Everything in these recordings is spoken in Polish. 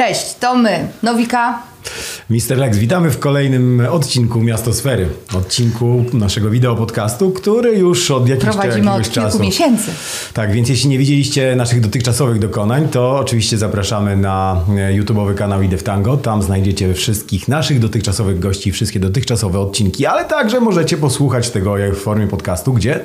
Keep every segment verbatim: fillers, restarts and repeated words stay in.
Cześć, to my, Nowika. mister Lex, witamy w kolejnym odcinku Miastosfery. Odcinku naszego wideo podcastu, który już od jakiegoś, Prowadzimy jakiegoś od czasu. kilku miesięcy. Tak, więc jeśli nie widzieliście naszych dotychczasowych dokonań, to oczywiście zapraszamy na YouTube'owy kanał Ideftango. Tam znajdziecie wszystkich naszych dotychczasowych gości, wszystkie dotychczasowe odcinki, ale także możecie posłuchać tego w formie podcastu, gdzie...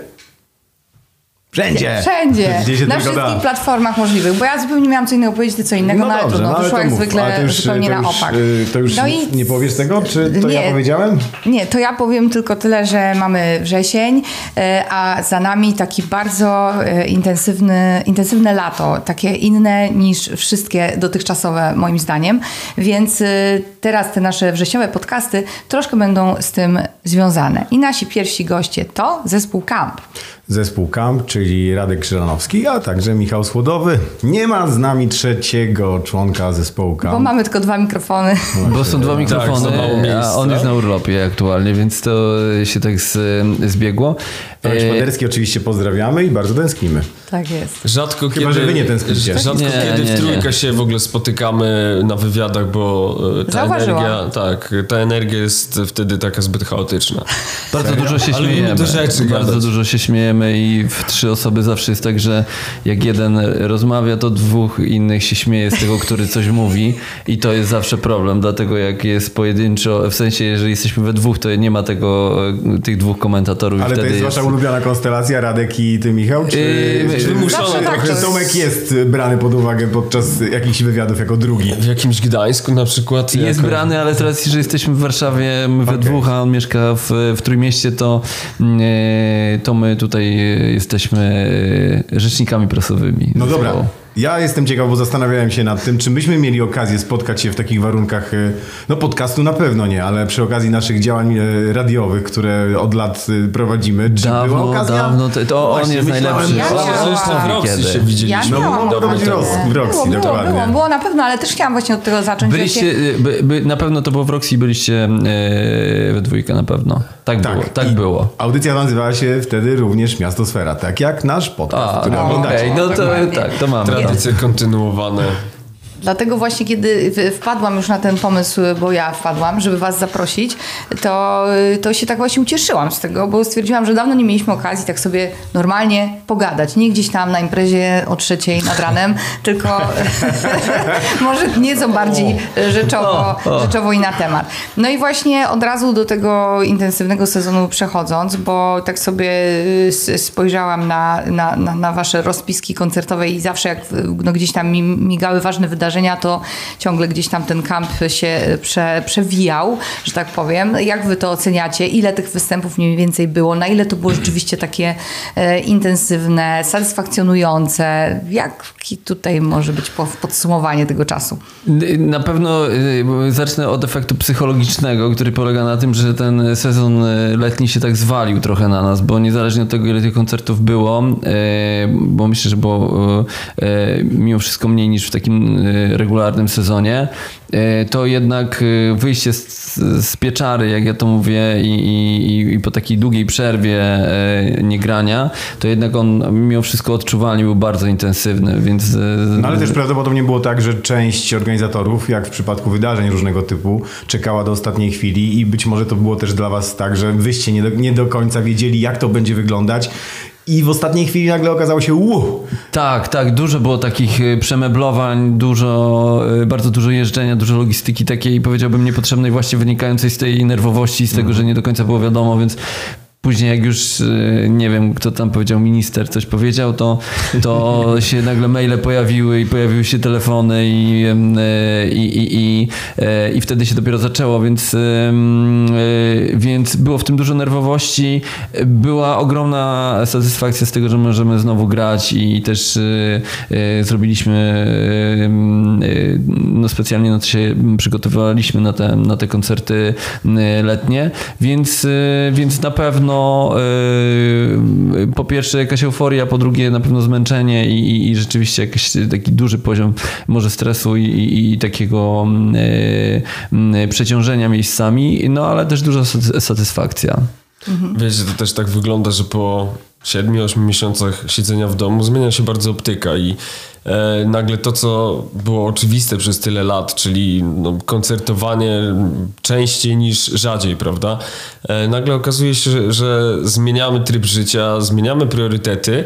Wszędzie! Wszędzie! Gdzie się na tylko wszystkich da. platformach możliwych, bo ja zupełnie miałam co innego powiedzieć, ty co innego, no, No ale dobrze, trudno, no, ale wyszło to jak mów. zwykle A to już, zupełnie to na już, opak. To już No i nie powiesz tego, czy to nie, ja powiedziałem? Nie, to ja powiem tylko tyle, że mamy wrzesień, a za nami taki bardzo intensywny, intensywne lato, takie inne niż wszystkie dotychczasowe moim zdaniem, więc teraz te nasze wrześniowe podcasty troszkę będą z tym związane. I nasi pierwsi goście to zespół Camp. Zespół Camp, czyli Radek Krzyżanowski, a także Michał Słodowy. Nie ma z nami trzeciego członka zespołu Camp. Bo mamy tylko dwa mikrofony. Bo są dwa mikrofony, tak, a on jest na urlopie aktualnie, więc to się tak z, zbiegło. Tomasz Paderski oczywiście pozdrawiamy i bardzo tęsknimy. Tak jest. Rzadko Chyba, kiedy, że wy nie tęsknicie. Rzadko Nie, kiedy nie, w trójkę nie. się w ogóle spotykamy na wywiadach, bo ta Zauważyłam. energia, tak, ta energia jest wtedy taka zbyt chaotyczna. Bardzo dużo się Ale śmiejemy. do rzeczy Bardzo gadać. dużo się śmiejemy i w trzy osoby zawsze jest tak, że jak jeden rozmawia, to dwóch innych się śmieje z tego, który coś mówi i to jest zawsze problem, dlatego jak jest pojedynczo, w sensie jeżeli jesteśmy we dwóch, to nie ma tego, tych dwóch komentatorów. Ale i to wtedy jest wasza ulubiona konstelacja, Radek i ty, Michał? Czy, Yy, czy wymuszona zawsze trochę. trochę Tomek jest brany pod uwagę podczas jakichś wywiadów jako drugi? W jakimś Gdańsku na przykład. Jest jako... brany, ale z racji, że jesteśmy w Warszawie my we Okay. dwóch, a on mieszka w, w Trójmieście, to, e, to my tutaj jesteśmy rzecznikami prasowymi. No dobra. zespołu. Ja jestem ciekaw, bo zastanawiałem się nad tym, czy myśmy mieli okazję spotkać się w takich warunkach, e, no podcastu na pewno nie, ale przy okazji naszych działań e, radiowych, które od lat e, prowadzimy, czy była Dawno, okazja? dawno, to, to on Właśnie, jest myślałem, najlepszy. Ja On miałam. jest Zresztą w najlepszy Roxy kiedy. się widzieliśmy. Ja No, miałam. mogło być w Roxy, w Roxy, było, było, dokładnie. było, było na pewno, ale też chciałam właśnie od tego zacząć. że Byliście, się... by, by, na pewno to było w Roxy, byliście e, we dwójkę na pewno. Tak, Tak, było. Tak i było. Audycja nazywała się wtedy również Miastosfera, tak jak nasz podcast, A, który no, oglądacie. okej, no to Dokładnie. tak, to mamy. Tradycje kontynuowane. Dlatego właśnie kiedy w- wpadłam już na ten pomysł, bo ja wpadłam, żeby was zaprosić, to, to się tak właśnie ucieszyłam z tego, bo stwierdziłam, że dawno nie mieliśmy okazji tak sobie normalnie pogadać. Nie gdzieś tam na imprezie o trzeciej nad ranem, tylko może nieco bardziej rzeczowo, O, o. rzeczowo i na temat. No i właśnie od razu do tego intensywnego sezonu przechodząc, bo tak sobie s- spojrzałam na, na, na, na wasze rozpiski koncertowe i zawsze jak no, gdzieś tam mi migały ważne wydarzenia, to ciągle gdzieś tam ten kamp się prze, przewijał, że tak powiem. Jak wy to oceniacie? Ile tych występów mniej więcej było? Na ile to było rzeczywiście takie e, intensywne, satysfakcjonujące? Jaki tutaj może być po- podsumowanie tego czasu? Na pewno y, zacznę od efektu psychologicznego, który polega na tym, że ten sezon y, letni się tak zwalił trochę na nas, bo niezależnie od tego, ile tych koncertów było, y, bo myślę, że było y, y, mimo wszystko mniej niż w takim y, regularnym sezonie, y, to jednak y, wyjście z, z pieczary, jak ja to mówię, i, i, i po takiej długiej przerwie y, niegrania, to jednak on mimo wszystko odczuwalnie był bardzo intensywny, więc... y, No ale też prawdopodobnie było tak, że część organizatorów, jak w przypadku wydarzeń różnego typu, czekała do ostatniej chwili i być może to było też dla was tak, że wyście nie do, nie do końca wiedzieli, jak to będzie wyglądać i w ostatniej chwili nagle okazało się uu. Tak, tak, dużo było takich y, przemeblowań, dużo, y, bardzo dużo jeżdżenia, dużo logistyki takiej, powiedziałbym, niepotrzebnej, właśnie wynikającej z tej nerwowości, z tego, że nie do końca było wiadomo, więc później jak już, y, nie wiem, kto tam powiedział, minister coś powiedział, to, to się nagle maile pojawiły i pojawiły się telefony i, y, i, i, i, y, i wtedy się dopiero zaczęło, więc, y, y, więc było w tym dużo nerwowości. Była ogromna satysfakcja z tego, że możemy znowu grać i też y, y, zrobiliśmy, y, y, no specjalnie na to się przygotowywaliśmy na te, na te koncerty y, letnie, więc, y, więc na pewno yy, po pierwsze jakaś euforia, po drugie na pewno zmęczenie i, i, i rzeczywiście jakiś taki duży poziom może stresu i, i, i takiego yy, yy, przeciążenia miejscami, no ale też duża satysfakcja. Mhm. Wiecie, to też tak wygląda, że po siedmiu, ośmiu miesiącach siedzenia w domu zmienia się bardzo optyka i e, nagle to, co było oczywiste przez tyle lat, czyli no, koncertowanie częściej niż rzadziej, prawda? E, nagle okazuje się, że, że zmieniamy tryb życia, zmieniamy priorytety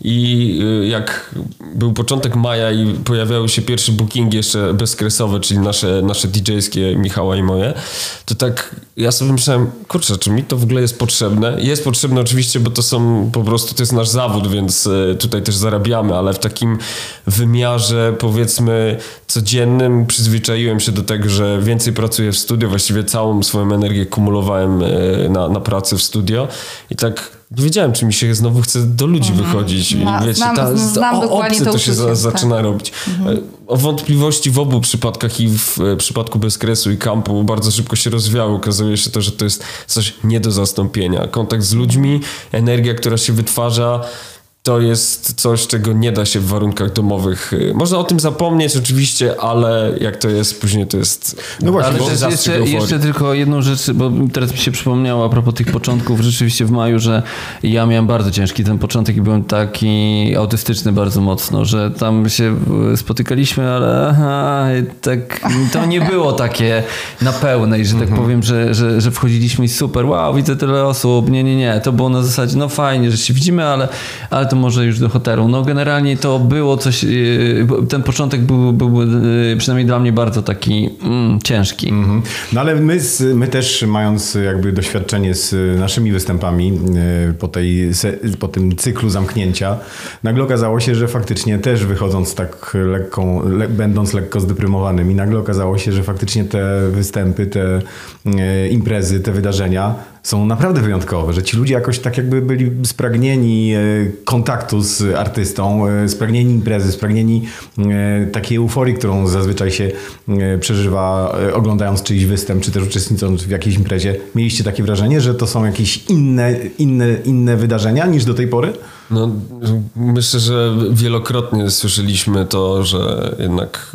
i e, jak był początek maja i pojawiały się pierwsze bookingi jeszcze bezkresowe, czyli nasze, nasze didżejskie, Michała i moje, to tak ja sobie myślałem, kurczę, czy mi to w ogóle jest potrzebne? Jest potrzebne oczywiście, bo to są po prostu, to jest nasz zawód, więc tutaj też zarabiamy, ale w takim wymiarze powiedzmy codziennym przyzwyczaiłem się do tego, że więcej pracuję w studio, właściwie całą swoją energię kumulowałem na, na pracę w studio i tak nie wiedziałem, czy mi się znowu chce do ludzi mhm. wychodzić. I Na, wiecie, znam, ta, znam o, dokładnie obcy to to się za, tak. zaczyna robić. Mhm. O wątpliwości w obu przypadkach i w przypadku Bezkresu i Kampu bardzo szybko się rozwiały. Okazuje się to, że to jest coś nie do zastąpienia. Kontakt z ludźmi, energia, która się wytwarza, to jest coś, czego nie da się w warunkach domowych. Można o tym zapomnieć oczywiście, ale jak to jest, później to jest... No właśnie, ale też jeszcze, jeszcze tylko jedną rzecz, bo teraz mi się przypomniało a propos tych początków, rzeczywiście w maju, że ja miałem bardzo ciężki ten początek i byłem taki autystyczny bardzo mocno, że tam się spotykaliśmy, ale aha, tak to nie było takie na pełnej, że tak mhm. powiem, że, że, że wchodziliśmy i super, wow, widzę tyle osób, nie, nie, nie, to było na zasadzie, no fajnie, że się widzimy, ale, ale to może już do hotelu. No generalnie to było coś, ten początek był, był przynajmniej dla mnie bardzo taki mm, ciężki. Mm-hmm. No ale my, my też mając jakby doświadczenie z naszymi występami po, tej, po tym cyklu zamknięcia, nagle okazało się, że faktycznie też wychodząc tak lekką, le, będąc lekko zdeprymowanymi, nagle okazało się, że faktycznie te występy, te imprezy, te wydarzenia są naprawdę wyjątkowe, że ci ludzie jakoś tak jakby byli spragnieni kontaktu z artystą, spragnieni imprezy, spragnieni takiej euforii, którą zazwyczaj się przeżywa oglądając czyjś występ, czy też uczestnicząc w jakiejś imprezie. Mieliście takie wrażenie, że to są jakieś inne, inne, inne wydarzenia niż do tej pory? No, myślę, że wielokrotnie słyszeliśmy to, że jednak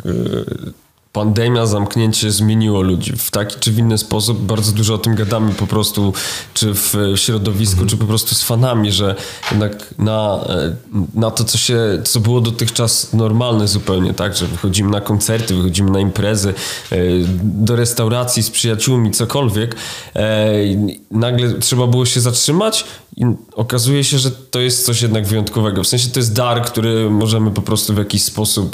pandemia, zamknięcie zmieniło ludzi w taki czy w inny sposób. Bardzo dużo o tym gadamy po prostu, czy w środowisku, mhm. czy po prostu z fanami, że jednak na, na to, co się, co było dotychczas normalne zupełnie, tak, że wychodzimy na koncerty, wychodzimy na imprezy, do restauracji z przyjaciółmi, cokolwiek, nagle trzeba było się zatrzymać i okazuje się, że to jest coś jednak wyjątkowego. W sensie to jest dar, który możemy po prostu w jakiś sposób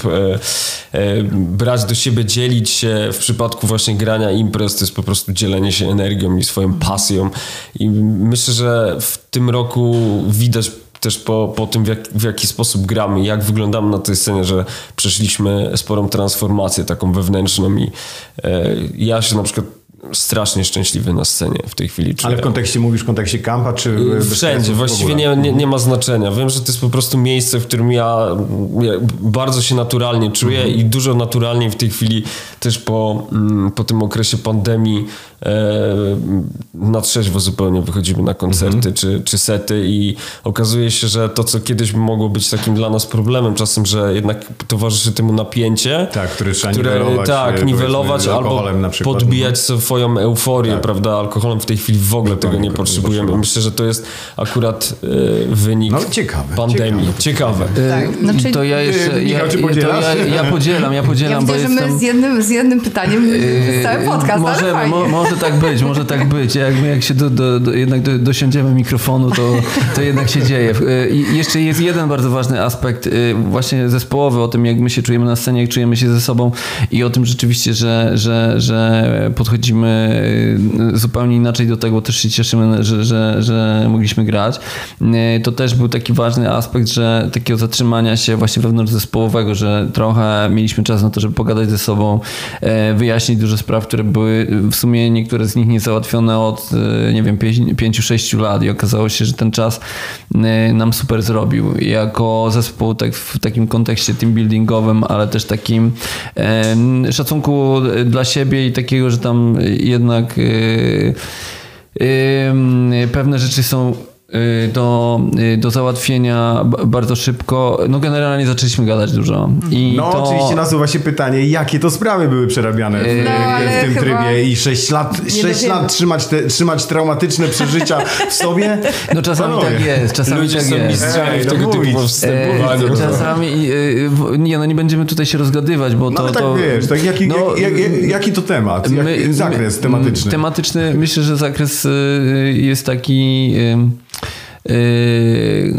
brać do siebie, dzielić się. W przypadku właśnie grania imprez to jest po prostu dzielenie się energią i swoją pasją. I myślę, że w tym roku widać też po, po tym, w, jak, w jaki sposób gramy, jak wyglądamy na tej scenie, że przeszliśmy sporą transformację taką wewnętrzną i e, ja się na przykład strasznie szczęśliwy na scenie w tej chwili. Ale w kontekście, mówisz w kontekście Kampa, czy... Wszędzie, właściwie nie, nie, nie ma znaczenia. Wiem, że to jest po prostu miejsce, w którym ja, ja bardzo się naturalnie czuję mhm. i dużo naturalniej w tej chwili też po, po tym okresie pandemii e, na trzeźwo zupełnie wychodzimy na koncerty mhm. czy, czy sety i okazuje się, że to, co kiedyś mogło być takim dla nas problemem czasem, że jednak towarzyszy temu napięcie, tak, które trzeba które, niwelować, tak, niwelować albo podbijać mhm. swoją euforię, tak. prawda? Alkoholem w tej chwili w ogóle tego nie potrzebujemy. Nie Myślę, że to jest akurat y, wynik no, ciekawe, pandemii. Ciekawe. ciekawe. Tak, znaczy, to ja jeszcze... Ja, Michał, to ja, ja podzielam, ja podzielam, ja bo widzę, jestem... że my z jednym, z jednym pytaniem yy, cały podcast, może, ale fajnie. Mo, może tak być, może tak być. Jak my jak się do, do, do, jednak do, dosiądziemy mikrofonu, to, to jednak się dzieje. I jeszcze jest jeden bardzo ważny aspekt właśnie zespołowy, o tym, jak my się czujemy na scenie, jak czujemy się ze sobą i o tym rzeczywiście, że, że, że podchodzimy zupełnie inaczej do tego, też się cieszymy, że, że, że mogliśmy grać. To też był taki ważny aspekt, że takiego zatrzymania się właśnie wewnątrzzespołowego, że trochę mieliśmy czas na to, żeby pogadać ze sobą, wyjaśnić dużo spraw, które były w sumie niektóre z nich niezałatwione od, nie wiem, pięciu sześciu lat i okazało się, że ten czas nam super zrobił. Jako zespół tak w takim kontekście team buildingowym, ale też takim szacunku dla siebie i takiego, że tam jednak Yy, yy, pewne rzeczy są do, do załatwienia bardzo szybko. No generalnie zaczęliśmy gadać dużo. I no to... oczywiście nasuwa się pytanie, jakie to sprawy były przerabiane w, no, w tym trybie i sześć lat, sześć lat trzymać, te, trzymać traumatyczne przeżycia w sobie? No czasami Panowie. tak jest. Czasami Ludzie tak są jest. mistrzami Ej, w no tego typu mówić. postępowaniu. E, czasami e, nie, no nie będziemy tutaj się rozgadywać, bo No to... ale tak to, wiesz, tak jaki, no, jak, jak, jaki to temat? Jak, my- zakres my- tematyczny? Tematyczny, myślę, że zakres y, jest taki... y, Yy,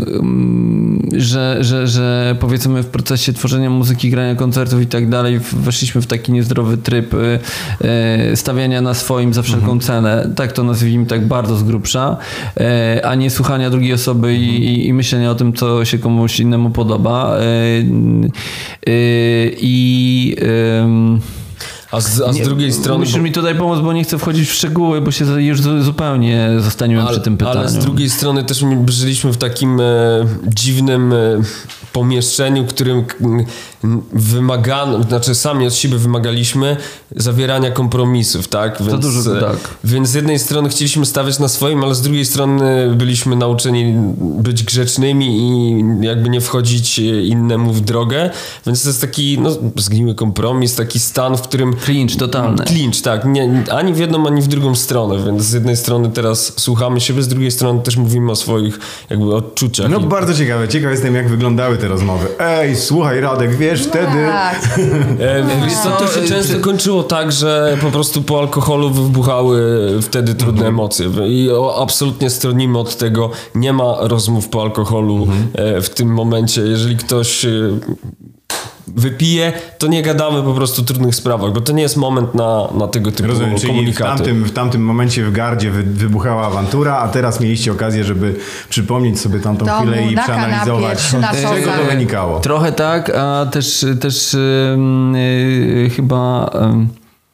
że, że, że powiedzmy w procesie tworzenia muzyki, grania koncertów i tak dalej weszliśmy w taki niezdrowy tryb yy, stawiania na swoim za wszelką mhm. cenę, tak to nazwijmy, tak bardzo z grubsza, yy, a nie słuchania drugiej osoby i, i, i myślenia o tym, co się komuś innemu podoba. Yy, yy, I yy, A z, a z nie, drugiej strony... musisz bo... mi tutaj pomóc, bo nie chcę wchodzić w szczegóły, bo się już zupełnie zostaniemy przy tym pytaniu. Ale z drugiej strony też my żyliśmy w takim e, dziwnym e, pomieszczeniu, którym k- wymagano, znaczy sami od siebie wymagaliśmy zawierania kompromisów, tak? Więc, dużo, tak. Więc z jednej strony chcieliśmy stawiać na swoim, ale z drugiej strony byliśmy nauczeni być grzecznymi i jakby nie wchodzić innemu w drogę, więc to jest taki no, zgniły kompromis, taki stan, w którym... Clinch totalny. Clinch, tak. Nie, ani w jedną, ani w drugą stronę, więc z jednej strony teraz słuchamy siebie, z drugiej strony też mówimy o swoich jakby odczuciach. No I... bardzo ciekawe. Ciekaw jestem, jak wyglądały te rozmowy. Ej, słuchaj Radek, wiesz, wtedy... Tak. E, wiesz co, to się często kończyło tak, że po prostu po alkoholu wybuchały wtedy trudne emocje i o, absolutnie stronimy od tego. Nie ma rozmów po alkoholu e, w tym momencie. Jeżeli ktoś e, wypije, to nie gadamy po prostu o trudnych sprawach, bo to nie jest moment na, na tego typu Rozumiem, czyli w komunikaty. tamtym, w tamtym momencie w gardzie wy, wybuchała awantura, a teraz mieliście okazję, żeby przypomnieć sobie tamtą Domu, chwilę i na przeanalizować, kanapie, na z czego sosach. to wynikało. Trochę tak, a też, też yy, yy, chyba... Yy,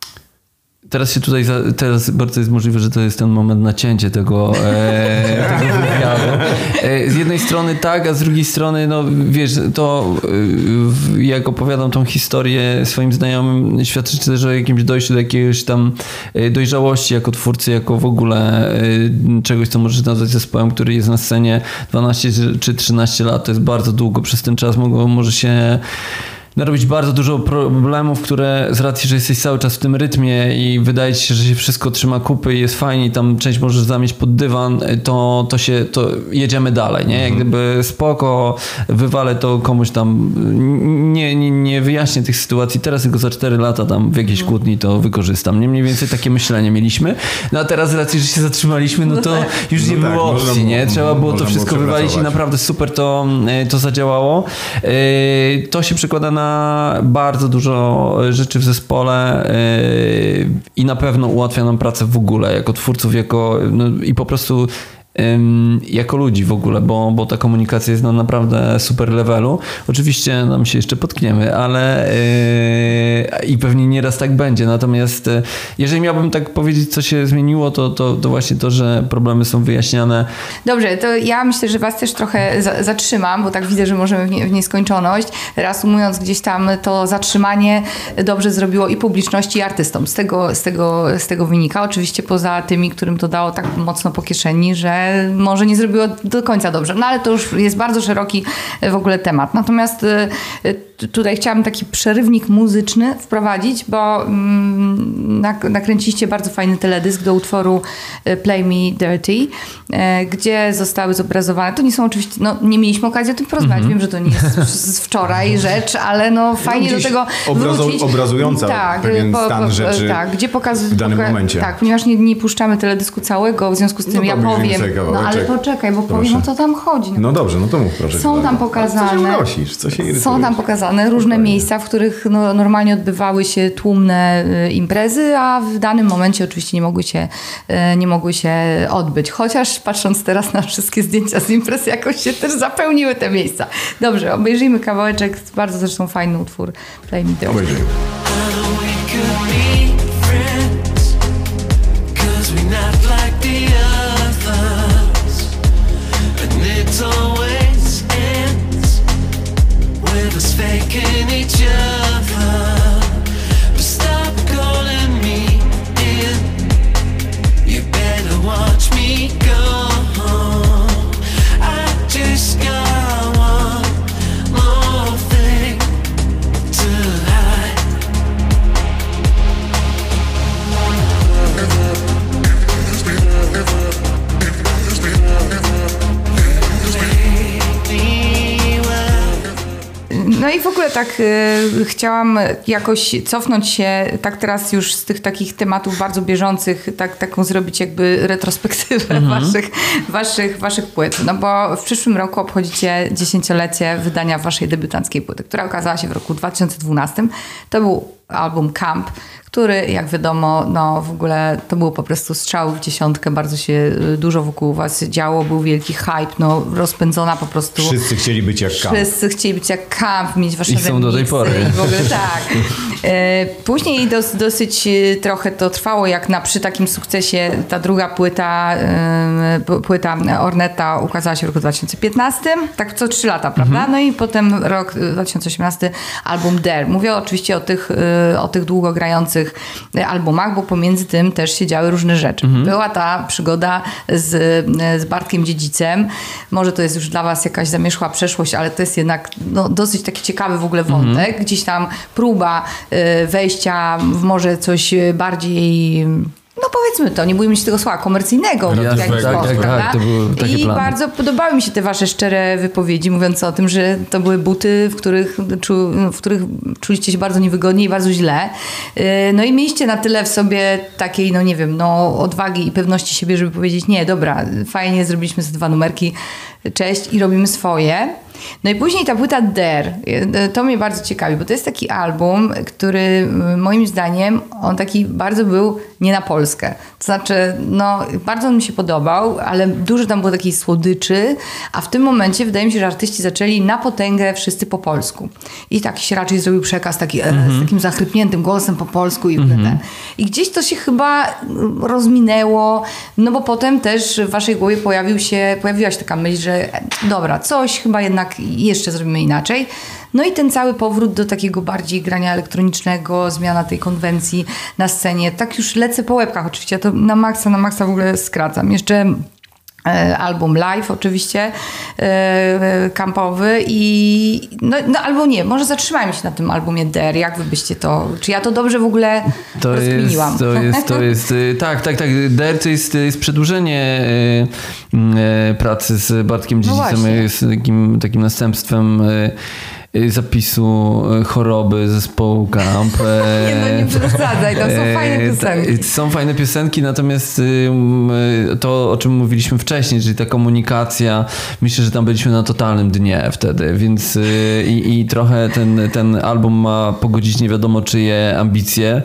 Teraz się tutaj, za, teraz bardzo jest możliwe, że to jest ten moment nacięcie tego, e, tego wywiadu. E, z jednej strony tak, a z drugiej strony, no wiesz, to e, jak opowiadam tą historię swoim znajomym, świadczy też o jakimś dojściu do jakiegoś tam e, dojrzałości jako twórcy, jako w ogóle e, czegoś, co możesz nazwać zespołem, który jest na scenie dwanaście czy trzynaście lat. To jest bardzo długo. Przez ten czas mogło, może się narobić bardzo dużo problemów, które z racji, że jesteś cały czas w tym rytmie i wydaje ci się, że się wszystko trzyma kupy i jest fajnie i tam część możesz zamieść pod dywan, to, to się, to jedziemy dalej, nie? Jak gdyby spoko, wywalę to komuś tam, nie, nie, nie wyjaśnię tych sytuacji, teraz tylko za cztery lata tam w jakiejś kłótni to wykorzystam. Nie mniej więcej takie myślenie mieliśmy. No a teraz z racji, że się zatrzymaliśmy, no to już nie No tak, było można opcji, było- nie? Trzeba było to można wszystko było wywalić i przepracować. naprawdę super to, to zadziałało. Yy, To się przekłada na bardzo dużo rzeczy w zespole yy, i na pewno ułatwia nam pracę w ogóle jako twórców, jako no, i po prostu ym, jako ludzi w ogóle, bo, bo ta komunikacja jest na naprawdę super levelu. Oczywiście nam się jeszcze potkniemy, ale yy, i pewnie nieraz tak będzie. Natomiast yy, jeżeli miałbym tak powiedzieć, co się zmieniło, to, to, to właśnie to, że problemy są wyjaśniane. Dobrze, to ja myślę, że was też trochę za- zatrzymam, bo tak widzę, że możemy w, nie, w nieskończoność. Reasumując gdzieś tam, to zatrzymanie dobrze zrobiło i publiczności, i artystom. Z tego, z tego, z tego wynika. Oczywiście poza tymi, którym to dało tak mocno po kieszeni, że może nie zrobiło do końca dobrze. No ale to już jest bardzo szeroki w ogóle temat. Natomiast y, tutaj chciałam taki przerywnik muzyczny wprowadzić, bo mm, nak- nakręciliście bardzo fajny teledysk do utworu y, Play Me Dirty, y, gdzie zostały zobrazowane, to nie są oczywiście, no nie mieliśmy okazji o tym porozmawiać, wiem, że to nie jest z wczoraj rzecz, ale no fajnie do gdzieś tego obrazo- wrócić. obrazująca pewien stan rzeczy tak, gdzie pokaz- w danym poka- momencie. Tak, ponieważ nie, nie puszczamy teledysku całego, w związku z tym No ja to obejrzyjmy powiem, sobie no ale kawałeczek. poczekaj, bo powiem, Proszę. o co tam chodzi. No dobrze, no to mów proszę. Są tam pokazane. Co się unosisz? Co się irytujesz? Są tam pokazane różne miejsca, w których no, normalnie odbywały się tłumne y, imprezy, a w danym momencie oczywiście nie mogły się, y, nie mogły się odbyć. Chociaż patrząc teraz na wszystkie zdjęcia z imprez, jakoś się też zapełniły te miejsca. Dobrze, obejrzyjmy kawałeczek, bardzo zresztą fajny utwór Play Me Dirty. Obejrzyjmy. Faking each other, but stop calling me in. You better watch me go. No i w ogóle tak y, chciałam jakoś cofnąć się, tak teraz już z tych takich tematów bardzo bieżących, tak, taką zrobić jakby retrospektywę mhm. waszych, waszych, waszych płyt. No bo w przyszłym roku obchodzicie dziesięciolecie wydania waszej debiutanckiej płyty, która okazała się w roku dwa tysiące dwunastym. To był album Camp, który, jak wiadomo, no w ogóle to było po prostu strzał w dziesiątkę, bardzo się dużo wokół was działo, był wielki hype, no rozpędzona po prostu. Wszyscy chcieli być jak Camp. Wszyscy chcieli być jak Camp, mieć wasze I są do tej pory. I w ogóle tak. Później dos, dosyć trochę to trwało, jak na przy takim sukcesie ta druga płyta, płyta Ornetta ukazała się w roku dwa tysiące piętnastym, tak co trzy lata, prawda? Mhm. No i potem rok dwa tysiące osiemnasty album Dare. Mówię oczywiście o tych, o tych długo grających albumach, bo pomiędzy tym też się działy różne rzeczy. Mhm. Była ta przygoda z, z Bartkiem Dziedzicem. Może to jest już dla was jakaś zamierzchła przeszłość, ale to jest jednak no, dosyć taki ciekawy w ogóle wątek. Mhm. Gdzieś tam próba y, wejścia w może coś bardziej... No powiedzmy to, nie bójmy się tego słowa, komercyjnego. Ja, tak, tak, tak, tak, to były takie I plany. bardzo podobały mi się te wasze szczere wypowiedzi, mówiące o tym, że to były buty, w których, czu, w których czuliście się bardzo niewygodnie i bardzo źle. No i mieliście na tyle w sobie takiej, no nie wiem, no odwagi i pewności siebie, żeby powiedzieć, nie, dobra, fajnie, zrobiliśmy sobie dwa numerki, cześć i robimy swoje. No i później ta płyta Dare, to mnie bardzo ciekawi, bo to jest taki album, który moim zdaniem on taki bardzo był nie na Polskę. To znaczy, no bardzo on mi się podobał, ale dużo tam było takiej słodyczy, a w tym momencie wydaje mi się, że artyści zaczęli na potęgę wszyscy po polsku. I taki się raczej zrobił przekaz taki mm-hmm. z takim zachrypniętym głosem po polsku i mm-hmm. I gdzieś to się chyba rozminęło, no bo potem też w waszej głowie pojawił się, pojawiła się taka myśl, że dobra, coś chyba jednak jeszcze zrobimy inaczej. No i ten cały powrót do takiego bardziej grania elektronicznego, zmiana tej konwencji na scenie. Tak już lecę po łebkach oczywiście, ja to na maksa, na maksa w ogóle skracam. Jeszcze e, album live oczywiście, e, kampowy i no, no albo nie, może zatrzymajmy się na tym albumie Dare, jak wy byście to, czy ja to dobrze w ogóle to rozkminiłam? Jest, to jest, to jest, tak, tak, tak, Dare to jest, jest przedłużenie e, pracy z Bartkiem Dziedzicem, no jest takim, takim następstwem e, zapisu choroby zespołu Camp. Nie, no nie przesadzaj, to są fajne piosenki. Są fajne piosenki, natomiast to, o czym mówiliśmy wcześniej, czyli ta komunikacja, myślę, że tam byliśmy na totalnym dnie wtedy, więc i, i trochę ten, ten album ma pogodzić nie wiadomo czyje ambicje.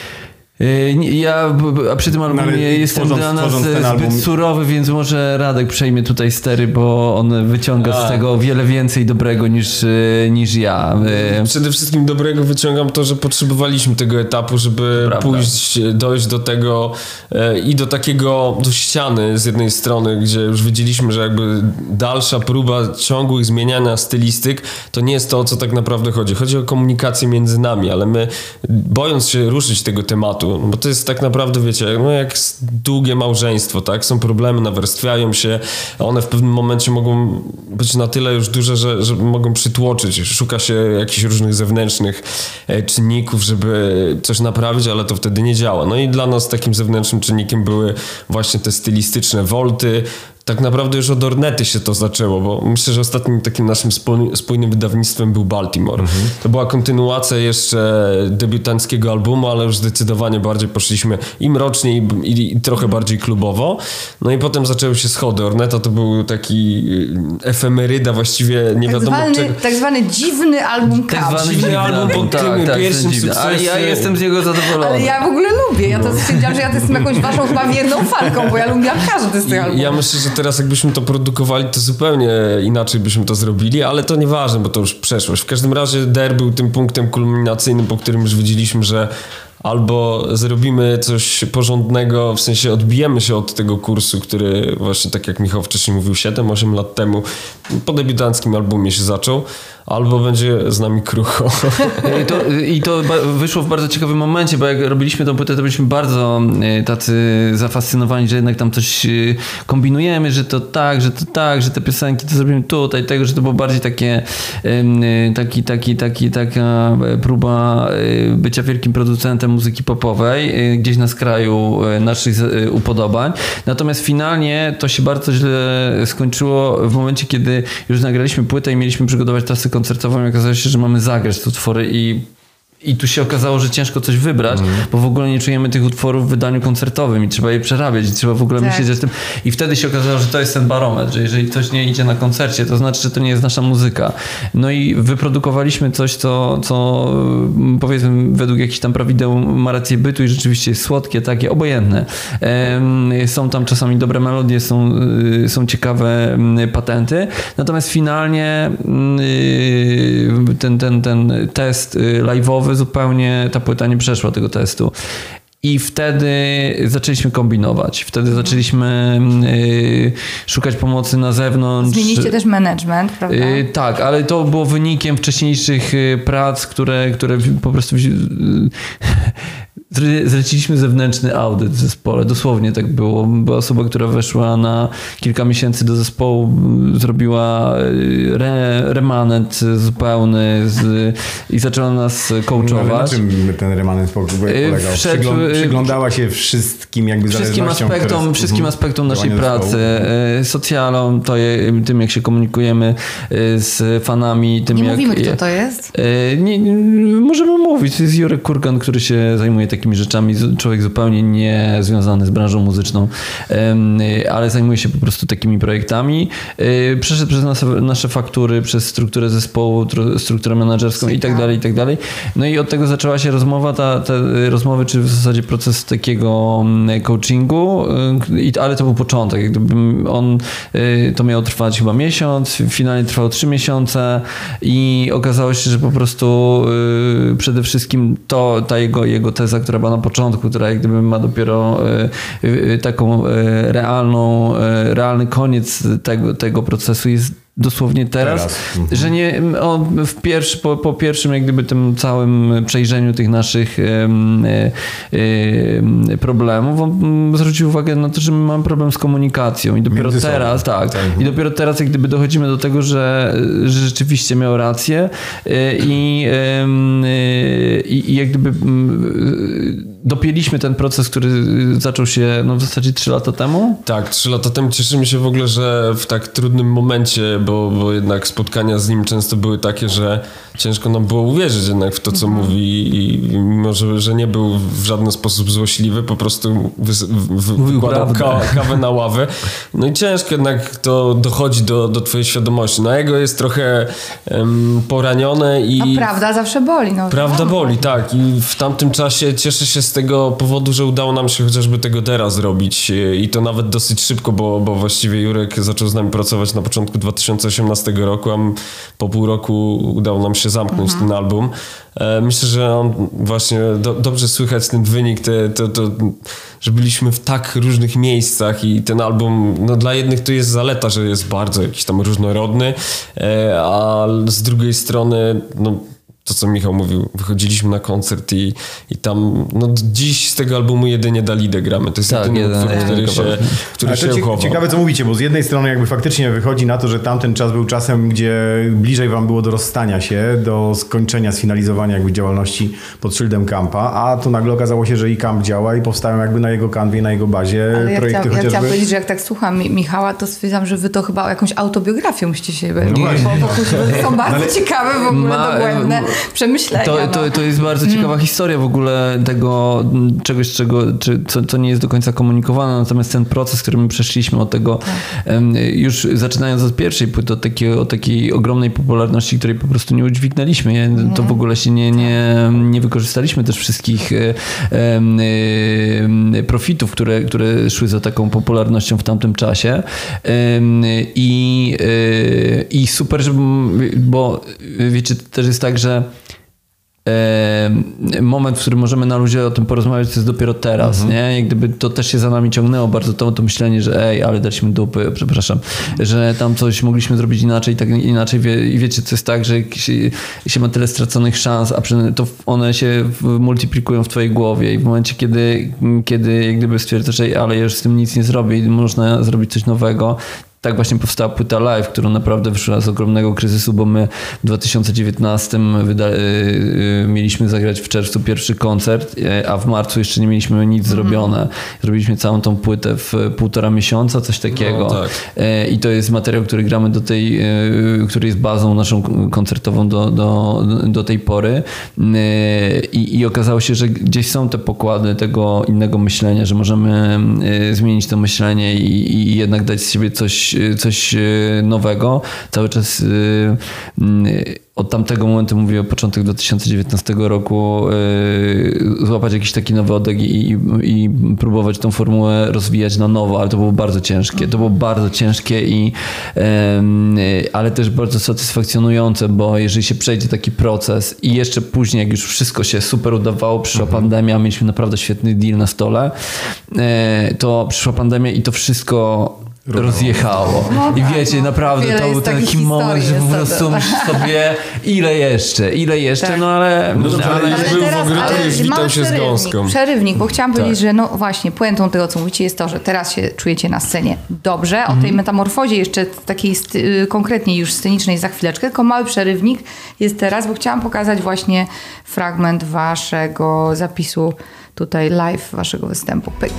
Ja a przy tym albumie no, jestem tworząc, dla nas zbyt album... surowy, więc może Radek przejmie tutaj stery, bo on wyciąga a. z tego wiele więcej dobrego niż, niż ja. Przede wszystkim dobrego wyciągam to, że potrzebowaliśmy tego etapu, żeby Prawda. pójść, dojść do tego i do takiego, do ściany z jednej strony, gdzie już wiedzieliśmy, że jakby dalsza próba ciągłych zmieniania stylistyk, to nie jest to, o co tak naprawdę chodzi. Chodzi o komunikację między nami, ale my, bojąc się ruszyć tego tematu, bo to jest tak naprawdę, wiecie, no jak długie małżeństwo, tak? Są problemy, nawarstwiają się, a one w pewnym momencie mogą być na tyle już duże, że, że mogą przytłoczyć. Szuka się jakichś różnych zewnętrznych czynników, żeby coś naprawić, ale to wtedy nie działa. No i dla nas takim zewnętrznym czynnikiem były właśnie te stylistyczne wolty. Tak naprawdę już od Ornety się to zaczęło, bo myślę, że ostatnim takim naszym spójnym wydawnictwem był Baltimore. Mhm. To była kontynuacja jeszcze debiutanckiego albumu, ale już zdecydowanie bardziej poszliśmy i mrocznie i, i, i trochę bardziej klubowo. No i potem zaczęły się schody. Orneta to był taki efemeryda, właściwie nie tak wiadomo zwany, czego. Tak zwany dziwny album Tak zwany dziwny album po tak, tym tak, pierwszym sukcesie. Ale ja jestem z niego zadowolony. Ale ja w ogóle lubię. Ja to stwierdziłam, że ja to jestem jakąś waszą chyba wierną fanką, bo ja lubiłam każdy z tych albumów. Ja myślę, że teraz jakbyśmy to produkowali, to zupełnie inaczej byśmy to zrobili, ale to nieważne, bo to już przeszłość. W każdym razie Dare był tym punktem kulminacyjnym, po którym już wiedzieliśmy, że albo zrobimy coś porządnego, w sensie odbijemy się od tego kursu, który właśnie, tak jak Michał wcześniej mówił, siedem osiem lat temu po debiutanckim albumie się zaczął, albo będzie z nami krucho. I to, I to wyszło w bardzo ciekawym momencie, bo jak robiliśmy tą płytę, to byliśmy bardzo tacy zafascynowani, że jednak tam coś kombinujemy, że to tak, że to tak, że te piosenki to zrobimy tutaj, tego, że to było bardziej takie taki, taki, taki, taka próba bycia wielkim producentem muzyki popowej, gdzieś na skraju naszych upodobań. Natomiast finalnie to się bardzo źle skończyło w momencie, kiedy już nagraliśmy płytę i mieliśmy przygotować trasę koncertową i okazało się, że mamy zagrać te utwory i I tu się okazało, że ciężko coś wybrać, mm. bo w ogóle nie czujemy tych utworów w wydaniu koncertowym i trzeba je przerabiać i trzeba w ogóle tak. myśleć o tym. I wtedy się okazało, że to jest ten barometr, że jeżeli ktoś nie idzie na koncercie, to znaczy, że to nie jest nasza muzyka. No i wyprodukowaliśmy coś, co, co powiedzmy według jakichś tam prawideł ma rację bytu i rzeczywiście jest słodkie, takie, obojętne. Są tam czasami dobre melodie, są, są ciekawe patenty. Natomiast finalnie ten, ten, ten test live'owy zupełnie ta płyta nie przeszła tego testu. I wtedy zaczęliśmy kombinować. Wtedy zaczęliśmy y, szukać pomocy na zewnątrz. Zmieniliście też management, prawda? Y, tak, ale to było wynikiem wcześniejszych prac, które, które po prostu... Y, Zleciliśmy zewnętrzny audyt w zespole. Dosłownie tak było. Była osoba, która weszła na kilka miesięcy do zespołu, zrobiła re, remanent zupełny z, i zaczęła nas coachować. Na czym ten remanent polegał? Wszedł, Przygląd, przyglądała się wszystkim jakby wszystkim aspektom, które, wszystkim aspektom naszej pracy. Socjalom, to je, tym jak się komunikujemy z fanami. Tym nie jak, mówimy, kto to jest? Nie, nie, możemy mówić. To jest Jurek Kurgan, który się zajmuje takimi rzeczami, człowiek zupełnie nie związany z branżą muzyczną, ale zajmuje się po prostu takimi projektami. Przeszedł przez nasze, nasze faktury, przez strukturę zespołu, strukturę menedżerską i tak dalej, i tak dalej. No i od tego zaczęła się rozmowa, ta, te rozmowy, czy w zasadzie proces takiego coachingu, ale to był początek. Jak gdyby on, to miało trwać chyba miesiąc, finalnie trwało trzy miesiące i okazało się, że po prostu przede wszystkim to, ta jego, jego teza, która była na początku, która jak gdyby ma dopiero taką realną, realny koniec tego, tego procesu jest dosłownie teraz, teraz. że nie on w pierwszy, po, po pierwszym jak gdyby tym całym przejrzeniu tych naszych um, um, problemów on zwrócił uwagę na to, że my mamy problem z komunikacją i dopiero Między teraz tak, tak i dopiero teraz jak gdyby dochodzimy do tego, że, że rzeczywiście miał rację i, i, i jak gdyby dopięliśmy ten proces, który zaczął się no w zasadzie trzy lata temu. Tak, trzy lata temu. Cieszymy się w ogóle, że w tak trudnym momencie, bo, bo jednak spotkania z nim często były takie, że ciężko nam było uwierzyć jednak w to, co mhm. mówi i mimo, że, że nie był w żaden sposób złośliwy, po prostu wy, wy, wykładał ka, kawę na ławę. No i ciężko jednak to dochodzi do, do twojej świadomości. No jego jest trochę um, poranione i... A prawda zawsze boli. No, prawda boli, tak. I w tamtym czasie cieszę się z tego powodu, że udało nam się chociażby tego teraz zrobić i to nawet dosyć szybko, bo, bo właściwie Jurek zaczął z nami pracować na początku dwa tysiące osiemnastego roku, a po pół roku udało nam się zamknąć mhm. ten album. Myślę, że on właśnie do, dobrze słychać ten wynik, te, to, to, że byliśmy w tak różnych miejscach i ten album, no dla jednych to jest zaleta, że jest bardzo jakiś tam różnorodny, a z drugiej strony, no to, co Michał mówił, wychodziliśmy na koncert i, i tam, no dziś z tego albumu jedynie Dalidę gramy. To jest tak, jedyny utwór, który się, który się uchował. Ciekawe, co mówicie, bo z jednej strony jakby faktycznie wychodzi na to, że tamten czas był czasem, gdzie bliżej wam było do rozstania się, do skończenia, sfinalizowania jakby działalności pod szyldem Kampa, a tu nagle okazało się, że i Kamp działa i powstają jakby na jego kanwie, na jego bazie ale projekty ja chociażby. Ja chciałam powiedzieć, że jak tak słucham Michała, to stwierdzam, że wy to chyba jakąś autobiografią musicie się... No bo, bo są bardzo ale ciekawe w ogóle, ma, dogłębne przemyślenia. To, to, to jest bardzo ciekawa mm. historia w ogóle tego czegoś, czego, czy, co, co nie jest do końca komunikowane, natomiast ten proces, który my przeszliśmy od tego, tak. um, już zaczynając od pierwszej płyty, od takiej, od takiej ogromnej popularności, której po prostu nie udźwignęliśmy. Mm. To w ogóle się nie, nie, nie wykorzystaliśmy też wszystkich um, um, profitów, które, które szły za taką popularnością w tamtym czasie. Um, i, um, I super, że, bo wiecie, to też jest tak, że moment, w którym możemy na ludzie o tym porozmawiać, to jest dopiero teraz, mhm. nie? Jak gdyby to też się za nami ciągnęło bardzo to, to myślenie, że ej, ale daliśmy dupy, przepraszam, że tam coś mogliśmy zrobić inaczej, tak inaczej wie, i wiecie, co jest tak, że się, się ma tyle straconych szans, a to one się multiplikują w twojej głowie i w momencie, kiedy, kiedy jak gdyby stwierdzasz, ej, ale ja już z tym nic nie zrobię i można zrobić coś nowego, tak właśnie powstała płyta Live, która naprawdę wyszła z ogromnego kryzysu, bo my w dwa tysiące dziewiętnastym wyda- yy, mieliśmy zagrać w czerwcu pierwszy koncert, yy, a w marcu jeszcze nie mieliśmy nic mm. zrobione. Zrobiliśmy całą tą płytę w półtora miesiąca, coś takiego. No, tak. yy, I to jest materiał, który gramy do tej, yy, który jest bazą naszą koncertową do, do, do tej pory. Yy, i, I okazało się, że gdzieś są te pokłady tego innego myślenia, że możemy yy, zmienić to myślenie i, i jednak dać z siebie coś coś nowego. Cały czas od tamtego momentu, mówię o początek dwa tysiące dziewiętnastego roku, złapać jakiś taki nowy oddech i, i, i próbować tą formułę rozwijać na nowo, ale to było bardzo ciężkie. To było bardzo ciężkie i ale też bardzo satysfakcjonujące, bo jeżeli się przejdzie taki proces i jeszcze później, jak już wszystko się super udawało, przyszła mhm. pandemia, mieliśmy naprawdę świetny deal na stole, to przyszła pandemia i to wszystko rozjechało. No, I wiecie, no, naprawdę to był taki moment, że po prostu myślisz sobie, ile jeszcze, ile jeszcze, tak. no ale... No, no, ale, ale był teraz, w ogóle, ale już witał się z gąską. Przerywnik, bo chciałam tak. powiedzieć, że no właśnie, puentą tego, co mówicie, jest to, że teraz się czujecie na scenie dobrze. O mhm. tej metamorfozie jeszcze takiej sty- konkretnie już scenicznej za chwileczkę, tylko mały przerywnik jest teraz, bo chciałam pokazać właśnie fragment waszego zapisu tutaj live, waszego występu. Pyk.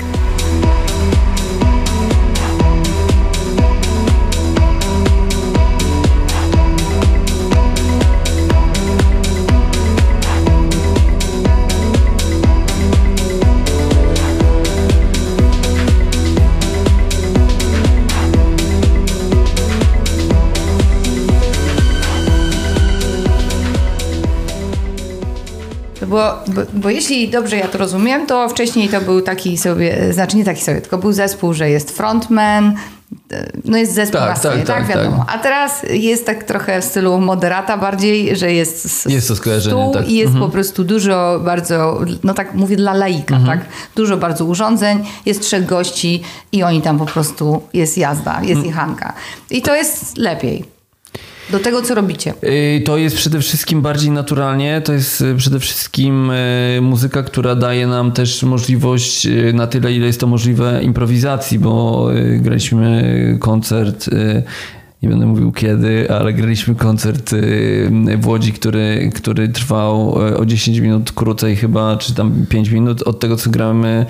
Bo, bo, bo jeśli dobrze ja to rozumiem, to wcześniej to był taki sobie, znaczy nie taki sobie, tylko był zespół, że jest frontman, no jest zespół tak, na scenie, tak, tak, tak wiadomo. Tak. A teraz jest tak trochę w stylu moderata bardziej, że jest, jest to skojarzenie, stół tak. i jest mhm. po prostu dużo bardzo, no tak mówię dla laika, mhm. tak? Dużo bardzo urządzeń, jest trzech gości i oni tam po prostu, jest jazda, jest mhm. jechanka. I to jest lepiej. Do tego, co robicie? To jest przede wszystkim bardziej naturalnie. To jest przede wszystkim muzyka, która daje nam też możliwość na tyle, ile jest to możliwe, improwizacji, bo graliśmy koncert... Nie będę mówił kiedy, ale graliśmy koncert w Łodzi, który, który trwał o dziesięć minut krócej chyba, czy tam pięć minut od tego, co gramy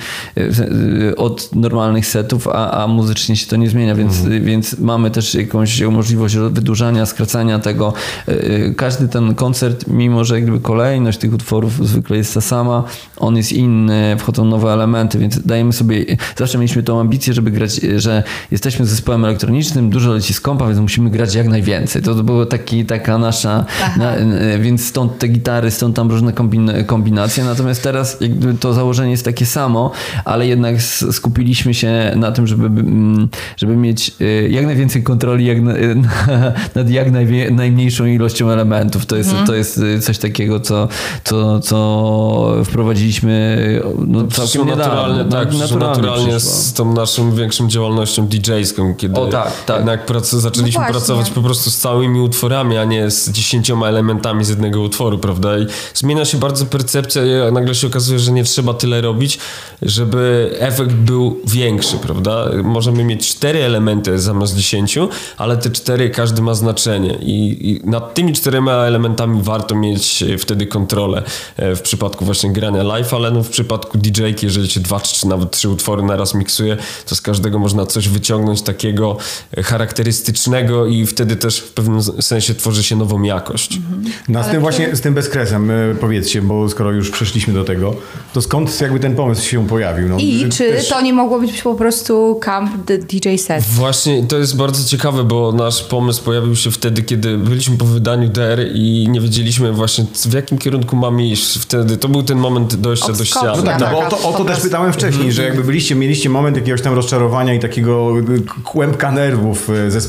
od normalnych setów, a, a muzycznie się to nie zmienia, więc, mhm. więc mamy też jakąś możliwość wydłużania, skracania tego. Każdy ten koncert, mimo że jakby kolejność tych utworów zwykle jest ta sama, on jest inny, wchodzą nowe elementy, więc dajemy sobie, zawsze mieliśmy tą ambicję, żeby grać, że jesteśmy zespołem elektronicznym, dużo leci z kompa, więc musimy grać jak najwięcej. To było taki, taka nasza, na, więc stąd te gitary, stąd tam różne kombin, kombinacje. Natomiast teraz jakby to założenie jest takie samo, ale jednak skupiliśmy się na tym, żeby, żeby mieć jak najwięcej kontroli jak na, nad jak najwie, najmniejszą ilością elementów. To jest, hmm. to jest coś takiego, co, co, co wprowadziliśmy no, całkiem naturalnie, niedawno. tak, naturalnie, naturalnie z tą naszą większą działalnością didżejską, kiedy o, tak, tak. jednak prac- zaczęliśmy no pracować po prostu z całymi utworami, a nie z dziesięcioma elementami z jednego utworu, prawda? I zmienia się bardzo percepcja i nagle się okazuje, że nie trzeba tyle robić, żeby efekt był większy, prawda? Możemy mieć cztery elementy zamiast dziesięciu, ale te cztery, każdy ma znaczenie i, i nad tymi czterema elementami warto mieć wtedy kontrolę w przypadku właśnie grania live, ale no w przypadku didżejki, jeżeli się dwa czy nawet trzy utwory naraz miksuje, to z każdego można coś wyciągnąć takiego charakterystycznego i wtedy też w pewnym sensie tworzy się nową jakość. Mhm. No z tym właśnie, z tym bezkresem powiedzcie, bo skoro już przeszliśmy do tego, to skąd jakby ten pomysł się pojawił? No, I czy też... to nie mogło być po prostu Camp the D J Set? Właśnie, to jest bardzo ciekawe, bo nasz pomysł pojawił się wtedy, kiedy byliśmy po wydaniu D R i nie wiedzieliśmy właśnie w jakim kierunku mamy iść wtedy. To był ten moment dojścia Od do ściany. No tak, no, bo o to, o to też pytałem wcześniej, mhm. że jakby byliście, mieliście moment jakiegoś tam rozczarowania i takiego kłębka nerwów zespołowych.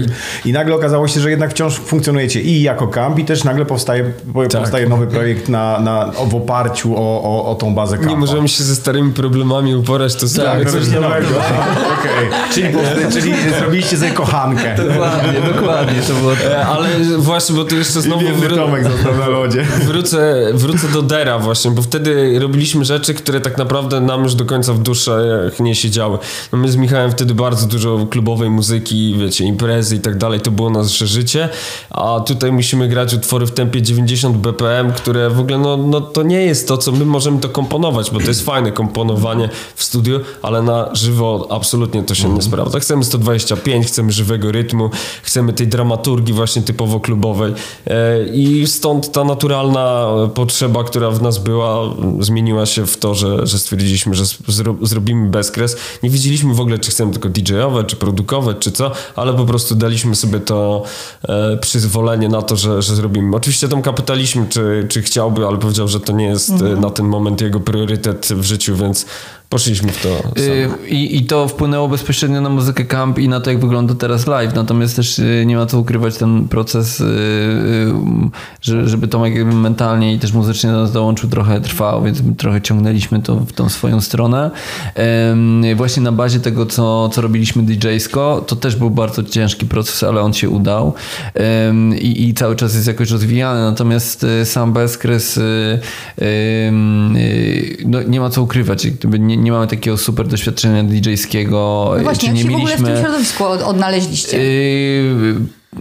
I nagle okazało się, że jednak wciąż funkcjonujecie i jako kamp, i też nagle powstaje, Tak. powstaje nowy projekt na, na, w oparciu o, o, o tą bazę kampa. Nie możemy się ze starymi problemami uporać, to Tak, tak, coś nowego. Okej. Czyli, czyli zrobiliście sobie kochankę. Dokładnie, dokładnie. To było tak. E, Ale właśnie, bo to jeszcze znowu Biedny wró- Tomek został na lodzie. wrócę, wrócę do Dera właśnie, bo wtedy robiliśmy rzeczy, które tak naprawdę nam już do końca w duszę nie siedziały. No my z Michałem wtedy bardzo dużo klubowej muzyki, wiecie, imprezy i tak dalej, to było nasze życie, a tutaj musimy grać utwory w tempie dziewięćdziesiąt B P M, które w ogóle, no, no to nie jest to, co my możemy to komponować, bo to jest fajne komponowanie w studiu, ale na żywo absolutnie to się nie sprawdza. Chcemy sto dwadzieścia pięć, chcemy żywego rytmu, chcemy tej dramaturgii właśnie typowo klubowej e, i stąd ta naturalna potrzeba, która w nas była, zmieniła się w to, że, że stwierdziliśmy, że zro, zrobimy bezkres. Nie wiedzieliśmy w ogóle, czy chcemy tylko didżejowe, czy produkować, czy co, ale po prostu daliśmy sobie to e, przyzwolenie na to, że, że zrobimy. Oczywiście Tomka pytaliśmy, czy, czy chciałby, ale powiedział, że to nie jest mhm. na ten moment jego priorytet w życiu, więc poszliśmy w to Yy, i, I to wpłynęło bezpośrednio na muzykę camp i na to, jak wygląda teraz live. Natomiast też yy, nie ma co ukrywać ten proces, yy, yy, że, żeby Tomek mentalnie i też muzycznie do nas dołączył, trochę trwał, więc trochę ciągnęliśmy to w tą swoją stronę. Yy, właśnie na bazie tego, co, co robiliśmy didżejsko, to też był bardzo ciężki proces, ale on się udał. Yy, i, I cały czas jest jakoś rozwijany. Natomiast yy, sam bezkres, yy, yy, no, nie ma co ukrywać. Gdyby nie, nie mamy takiego super doświadczenia didżejskiego. No właśnie, czy jak nie się mieliśmy... w ogóle w tym środowisku od, odnaleźliście? Yy,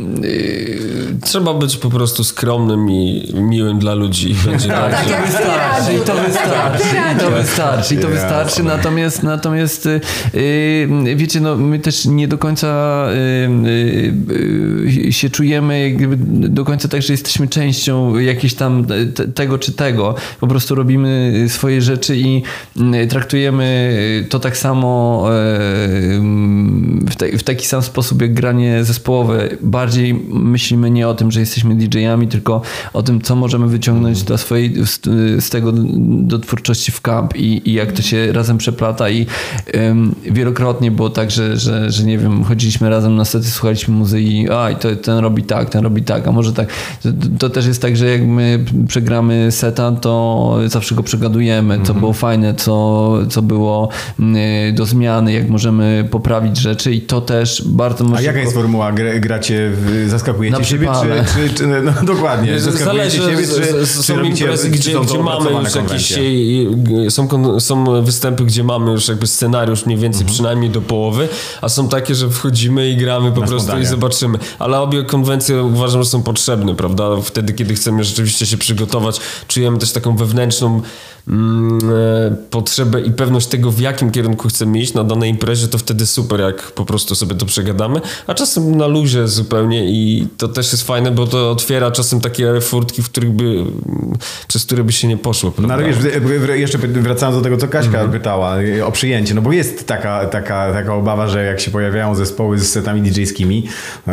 Trzeba być po prostu skromnym i miłym dla ludzi i będzie Tak dobrze. jak ty, wystarczy, Radziu. i to wystarczy, i to wystarczy, i to wystarczy. Natomiast, natomiast yy, wiecie, no my też nie do końca yy, yy, się czujemy jak gdyby do końca tak, że jesteśmy częścią jakiegoś tam te, tego czy tego. Po prostu robimy swoje rzeczy i yy, traktujemy to tak samo yy, w, te, w taki sam sposób jak granie zespołowe. Bardziej myślimy nie o tym, że jesteśmy didżejami, tylko o tym, co możemy wyciągnąć do swojej, z, z tego do twórczości w camp i, i jak to się razem przeplata i um, wielokrotnie było tak, że, że, że nie wiem, chodziliśmy razem na sety, słuchaliśmy muzyki, a i to, ten robi tak, ten robi tak, a może tak. To, to też jest tak, że jak my przegramy seta, to zawsze go przegadujemy, co mm-hmm. było fajne, co, co było y, do zmiany, jak możemy poprawić rzeczy i to też bardzo A jaka jest formuła? Gra, gracie, w, zaskakujecie Na siebie, czy, czy, czy... No dokładnie, zaskakujecie Zależy, siebie, czy, z, czy są robicie, imprezy, czy gdzie, są gdzie mamy już jakieś... Są, kon- są występy, gdzie mamy już jakby scenariusz mniej więcej mhm. przynajmniej do połowy, a są takie, że wchodzimy i gramy po Na prostu spontanie. i zobaczymy. Ale obie konwencje uważam, że są potrzebne, prawda? Wtedy, kiedy chcemy rzeczywiście się przygotować, czujemy też taką wewnętrzną mm, e, potrzebę i pewność tego, w jakim kierunku chcemy iść na danej imprezie, to wtedy super, jak po prostu sobie to przegadamy, a czasem na luzie zupełnie i to też jest fajne, bo to otwiera czasem takie furtki, w których by, przez które by się nie poszło, prawda? No ale wiesz, w- w- jeszcze wracając do tego, co Kaśka mm-hmm. pytała o przyjęcie, no bo jest taka, taka, taka obawa, że jak się pojawiają zespoły z setami didżejskimi,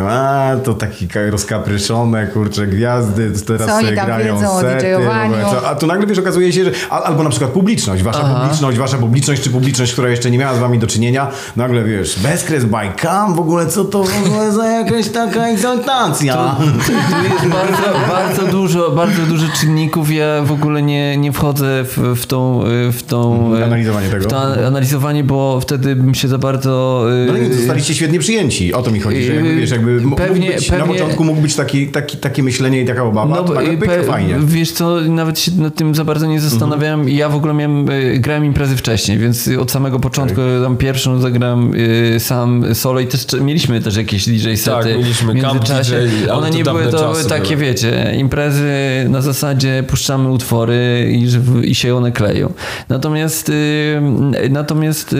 a to taki rozkapryszone, kurcze, gwiazdy, teraz Co oni sobie tam grają wiedzą o sety, didżejowaniu? w ogóle, co- a tu nagle wiesz, okazuje się, że a, albo na przykład publiczność, wasza Aha. publiczność, wasza publiczność, czy publiczność, która jeszcze nie miała z wami do czynienia, nagle wiesz, bezkres by Cam, w ogóle co to w ogóle za jakaś taka egzaltacja. Tu jest bardzo, bardzo dużo, bardzo dużo czynników. Ja w ogóle nie, nie wchodzę w, w tą, w tą Analizowanie tego. W to analizowanie, bo wtedy bym się za bardzo. No ale nie, zostaliście świetnie przyjęci. O to mi chodzi, że jakby, wiesz, jakby mógł Pewnie- być, pewnie- na początku mógł być taki, taki, takie myślenie i taka obawa, No, to nagle pyk, pe- fajnie. Wiesz co, nawet się nad tym za bardzo nie zastanawiałem. Mm-hmm. Ja w ogóle miałem, y, grałem imprezy wcześniej, więc od samego początku Tak. tam pierwszą zagrałem y, sam solo i też mieliśmy też jakieś D J sety. Tak, mieliśmy w Camp międzyczasie. D J, ale One to nie były dawne to czasy takie, były. wiecie, imprezy na zasadzie puszczamy utwory i, że- i się one kleją. Natomiast y, natomiast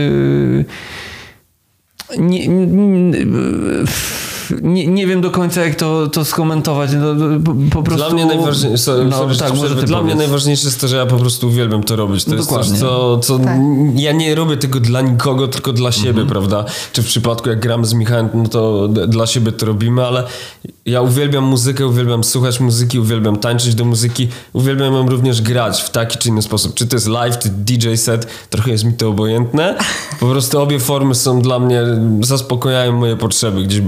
y, nie, nie, nie, nie wiem do końca, jak to, to skomentować. No, po, po prostu... Dla mnie najważniejsze, sorry, no, sorry, tak, może ty dla mnie powiedz. najważniejsze jest to, że ja po prostu uwielbiam to robić. To No jest dokładnie. coś, co, co Tak. ja nie robię tego dla nikogo, tylko dla siebie, Mhm. prawda? Czy w przypadku jak gramy z Michałem, no to d- dla siebie to robimy, ale ja uwielbiam muzykę, uwielbiam słuchać muzyki, uwielbiam tańczyć do muzyki, uwielbiam ją również grać w taki czy inny sposób. Czy to jest live, czy D J set, trochę jest mi to obojętne. Po prostu obie formy są dla mnie, zaspokajają moje potrzeby gdzieś bardzo wewnętrzne.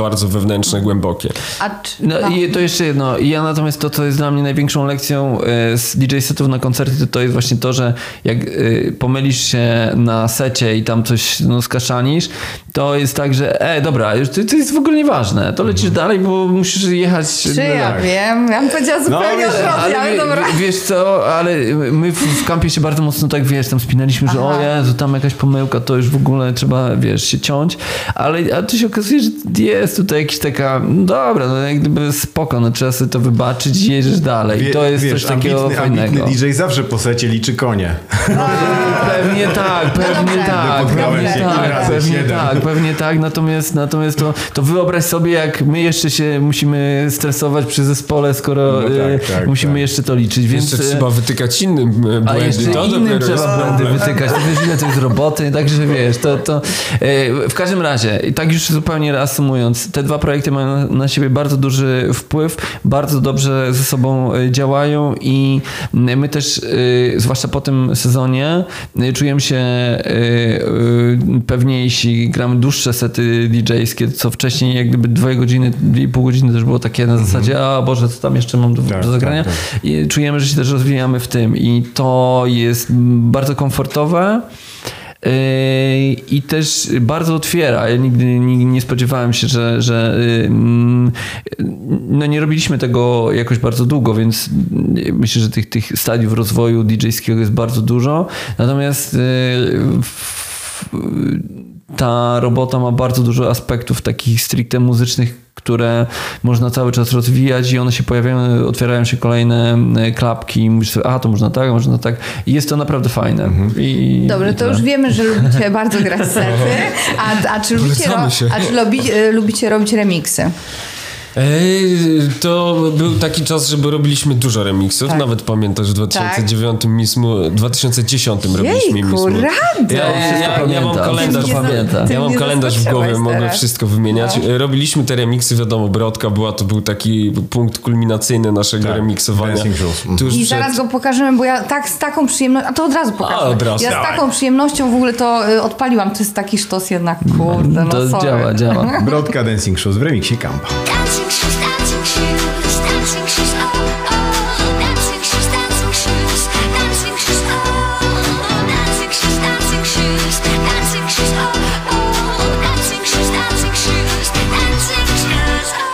wewnętrzne, głębokie. A czy, No, no. i to jeszcze jedno. Ja natomiast to, co jest dla mnie największą lekcją e, z D J setów na koncerty, to, to jest właśnie to, że jak e, pomylisz się na secie i tam coś no, skaszanisz, to jest tak, że e, dobra, już to, to jest w ogóle nieważne. To lecisz dalej, bo musisz jechać. Czy ja tak. wiem? Ja bym powiedziała zupełnie wiesz, odwrotnie, ale wie- dobra. wiesz co, ale my w, w kampie się bardzo mocno tak, wiesz, tam spinaliśmy, że Aha. o Jezu, tam jakaś pomyłka, to już w ogóle trzeba, wiesz, się ciąć, ale a tu się okazuje, że jest tutaj jakiś taka, no dobra, no jak gdyby spoko, no trzeba sobie to wybaczyć i jedziesz dalej. I Wie- to jest wiesz, coś takiego ambitny, fajnego. ambitny D J zawsze po secie liczy konie. Pewnie tak, pewnie dobrze. tak, Dopotknąłem pewnie się ile tak, razy, pewnie siedem. tak, pewnie tak, natomiast, natomiast to, to wyobraź sobie, jak my jeszcze się musimy stresować przy zespole, skoro No tak, e, tak, musimy tak. jeszcze to liczyć, więc... Jeszcze e, trzeba wytykać innym e, A błędy. jeszcze To innym dopiero jest trzeba błędy problem. wytykać. To wiesz, ile to jest roboty, także wiesz, to, to e, w każdym razie, i tak już zupełnie reasumując, te dwa projekty mają na, na siebie bardzo duży wpływ, bardzo dobrze ze sobą e, działają i my też, e, zwłaszcza po tym sezonie, e, czujemy się e, e, pewniejsi, gramy dłuższe sety D J-skie, co wcześniej jak gdyby dwie godziny, dwie i pół godziny też było takie na zasadzie, a Boże, co tam jeszcze mam do, Tak, do zagrania. tak, I czujemy, że się też rozwijamy w tym i to jest bardzo komfortowe. Yy, I też bardzo otwiera. Ja nigdy nie, nie spodziewałem się, że, że yy, no nie robiliśmy tego jakoś bardzo długo, więc myślę, że tych, tych stadiów rozwoju D J-skiego jest bardzo dużo. Natomiast yy, w, ta robota ma bardzo dużo aspektów takich stricte muzycznych, które można cały czas rozwijać i one się pojawiają, otwierają się kolejne klapki i mówisz sobie, a to można tak, można tak. I jest to naprawdę fajne. I, Dobrze, i to tyle. już wiemy, że lubicie bardzo grać sety. A, a czy lubicie, ro, Polecamy się. a czy lubicie, lubicie robić remiksy? Ej, to był taki czas, żeby robiliśmy dużo remixów. Tak. Nawet pamiętasz, w dwa tysiące dziewiątym Mismu, dwa tysiące dziesiątym robiliśmy Jejku, Mismu. rady! Ja, ja, ja, ja mam pamiętam, kalendarz, wszystko pamiętam. Ty ja mam mnie kalendarz w głowie, zaskoczyłeś mogę teraz. wszystko wymieniać. Robiliśmy te remiksy, wiadomo, Brodka była, to był taki punkt kulminacyjny naszego Tak, remiksowania. Dancing Shoes. Mhm. Tuż I przed- zaraz go pokażemy, bo ja tak z taką przyjemnością, a to od razu pokażę. A, od razu. Ja z Dawaj. taką przyjemnością w ogóle to y, odpaliłam. To jest taki sztos jednak, kurde, no To sorry. działa, działa. Brodka Dancing Shoes w remiksie Kampa. Dancing shoes, dancing shoes, dancing shoes, oh, oh. Dancing shoes, dancing shoes, dancing shoes, oh, oh. Dancing shoes, dancing shoes, dancing shoes, oh, oh. Dancing shoes, dancing shoes, dancing shoes, oh.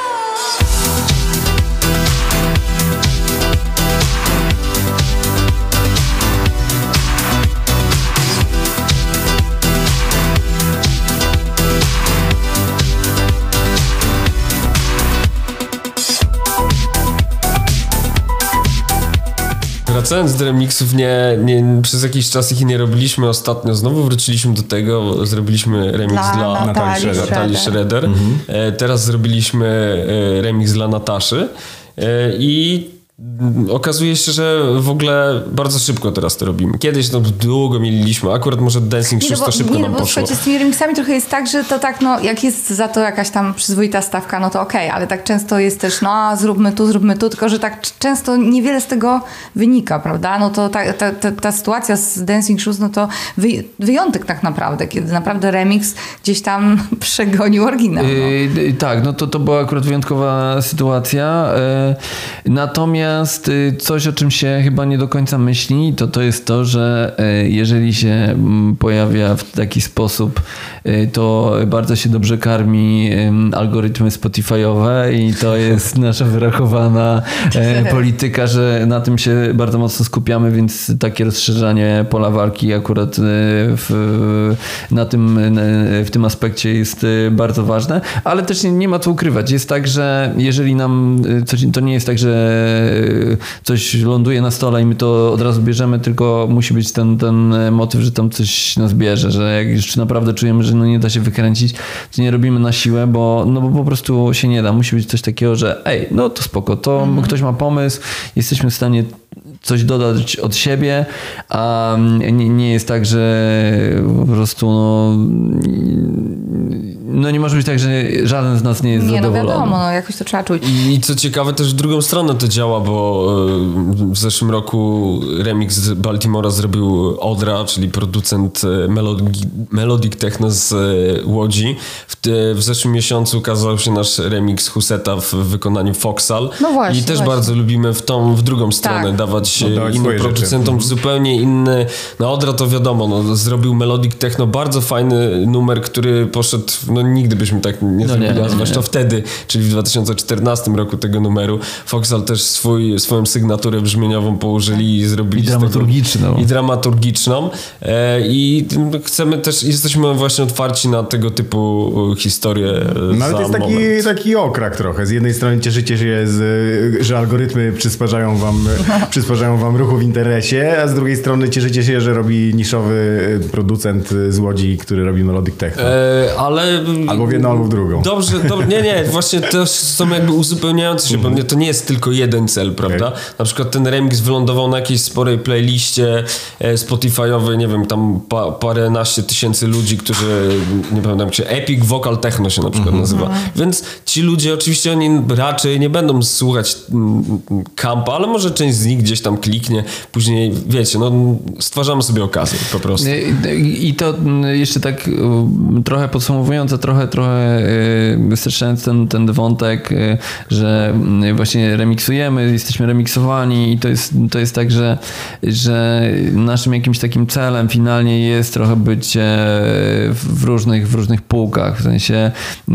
Wracając do remixów, nie, nie, przez jakiś czas ich nie robiliśmy. Ostatnio znowu wróciliśmy do tego. Zrobiliśmy remix Dla dla, Natalii Natalii Schroeder. Schroeder. E, Teraz zrobiliśmy e, remix dla Nataszy. E, I mm, okazuje się, że w ogóle bardzo szybko teraz to robimy. Kiedyś no, długo mieliśmy. Akurat może Dancing Nie, Shoes no to bo, szybko nie, no nam bo poszło. słuchajcie, z tymi remixami trochę jest tak, że to tak, no jak jest za to jakaś tam przyzwoita stawka, no to okej, ale tak często jest też, no a zróbmy tu, zróbmy tu, tylko że tak c- często niewiele z tego wynika, prawda? No to ta, ta, ta, ta sytuacja z Dancing Shoes, no to wy, wyjątek tak naprawdę, kiedy naprawdę remix gdzieś tam przegonił oryginał. No. Yy, tak, no to, to była akurat wyjątkowa sytuacja. Yy, natomiast yy, coś, o czym się chyba nie do końca myśli, to to jest to, że yy, jeżeli się mm, pojawia w taki sposób, yy, to bardzo się dobrze karmi yy, algorytmy Spotify'owe i to jest nasza wyrachowana yy, polityka, że na tym się bardzo mocno skupiamy, więc takie rozszerzanie pola walki akurat yy, w, na tym, yy, w tym aspekcie jest yy, bardzo ważne, ale też nie, nie ma co ukrywać. Jest tak, że jeżeli nam yy, coś, to nie jest tak, że yy, coś ląduje na stole i my to od razu bierzemy, tylko musi być ten, ten motyw, że tam coś nas bierze, że jak już naprawdę czujemy, że no nie da się wykręcić, to nie robimy na siłę, bo, no bo po prostu się nie da. Musi być coś takiego, że ej, no to spoko, to Mhm. ktoś ma pomysł, jesteśmy w stanie coś dodać od siebie, a nie, nie jest tak, że po prostu no, no nie może być tak, że żaden z nas nie jest Nie, no zadowolony. wiadomo, no jakoś to trzeba czuć. I co ciekawe, też w drugą stronę to działa, bo e, w zeszłym roku remix z Baltimora zrobił Odra, czyli producent e, melodi- melodic techno z e, Łodzi. W, te, w zeszłym miesiącu ukazał się nasz remix Huseta w wykonaniu Foxal. No właśnie, I też właśnie. bardzo lubimy w tą, w drugą stronę Tak. dawać Oddawać e, innym swoje producentom rzeczy. zupełnie inny. No Odra to wiadomo, no, zrobił melodic techno, bardzo fajny numer, który poszedł, no nigdy byśmy tak nie No nie, zrobili, a nie, zwłaszcza nie. wtedy, czyli w dwa tysiące czternastym roku tego numeru. Foxal też swój, swoją sygnaturę brzmieniową położyli i zrobili I z tego- dramaturgiczną. I dramaturgiczną. E, I chcemy też, jesteśmy właśnie otwarci na tego typu e, historie. e, No ale za to jest taki, moment. taki okrak trochę. Z jednej strony cieszycie się, z, że algorytmy przysparzają wam, przysparzają wam ruchu w interesie, a z drugiej strony cieszycie się, że robi niszowy producent z Łodzi, który robi melodic techno. E, ale... Albo w jedną, albo w drugą. Dobrze, dobrze. Nie, nie, właśnie też są jakby uzupełniające się, bo nie- to nie jest tylko jeden cel, prawda? Okay. Na przykład ten remix wylądował na jakiejś sporej playliście e, Spotify'owej, nie wiem, tam pa, paręnaście tysięcy ludzi, którzy, nie pamiętam, czy Epic Vocal Techno się na przykład nazywa. Więc ci ludzie, oczywiście oni raczej nie będą słuchać mm, kampa, ale może część z nich gdzieś tam kliknie, później, wiecie, no stwarzamy sobie okazję po prostu. I i to mm, jeszcze tak um, trochę podsumowując, a trochę, trochę y, streszczając ten, ten wątek, y, że mm, właśnie remiksujemy, jesteśmy remiksowani i to jest, to jest tak, że, że naszym jakimś takim celem finalnie jest trochę bycie w różnych, w różnych półkach, w sensie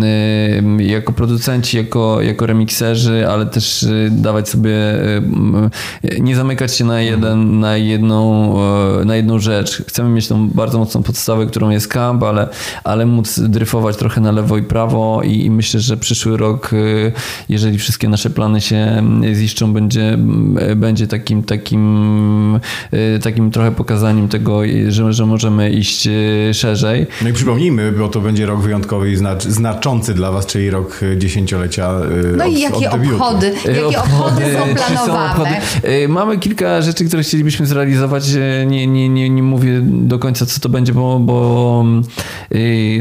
y, jako producenci, jako, jako remikserzy, ale też y, dawać sobie, y, y, nie zamykać się na jeden, na jedną, y, na jedną rzecz. Chcemy mieć tą bardzo mocną podstawę, którą jest camp, ale, ale móc dryfować trochę na lewo i prawo i, i myślę, że przyszły rok, y, jeżeli wszystkie nasze plany się ziszczą, będzie, będzie takim, takim, y, takim trochę pokazaniem tego, że, że możemy iść y, szerzej. No i przypomnijmy, bo to będzie rok wyjątkowy i znacz, znaczący dla was, czyli rok dziesięciolecia y, No od, i jakie od debiutu. obchody, jakie obchody są czy planowane. obchody? Y, Mamy kilka rzeczy, które chcielibyśmy zrealizować. Y, Nie, nie, nie, nie mówię do końca, co to będzie, bo, bo, y,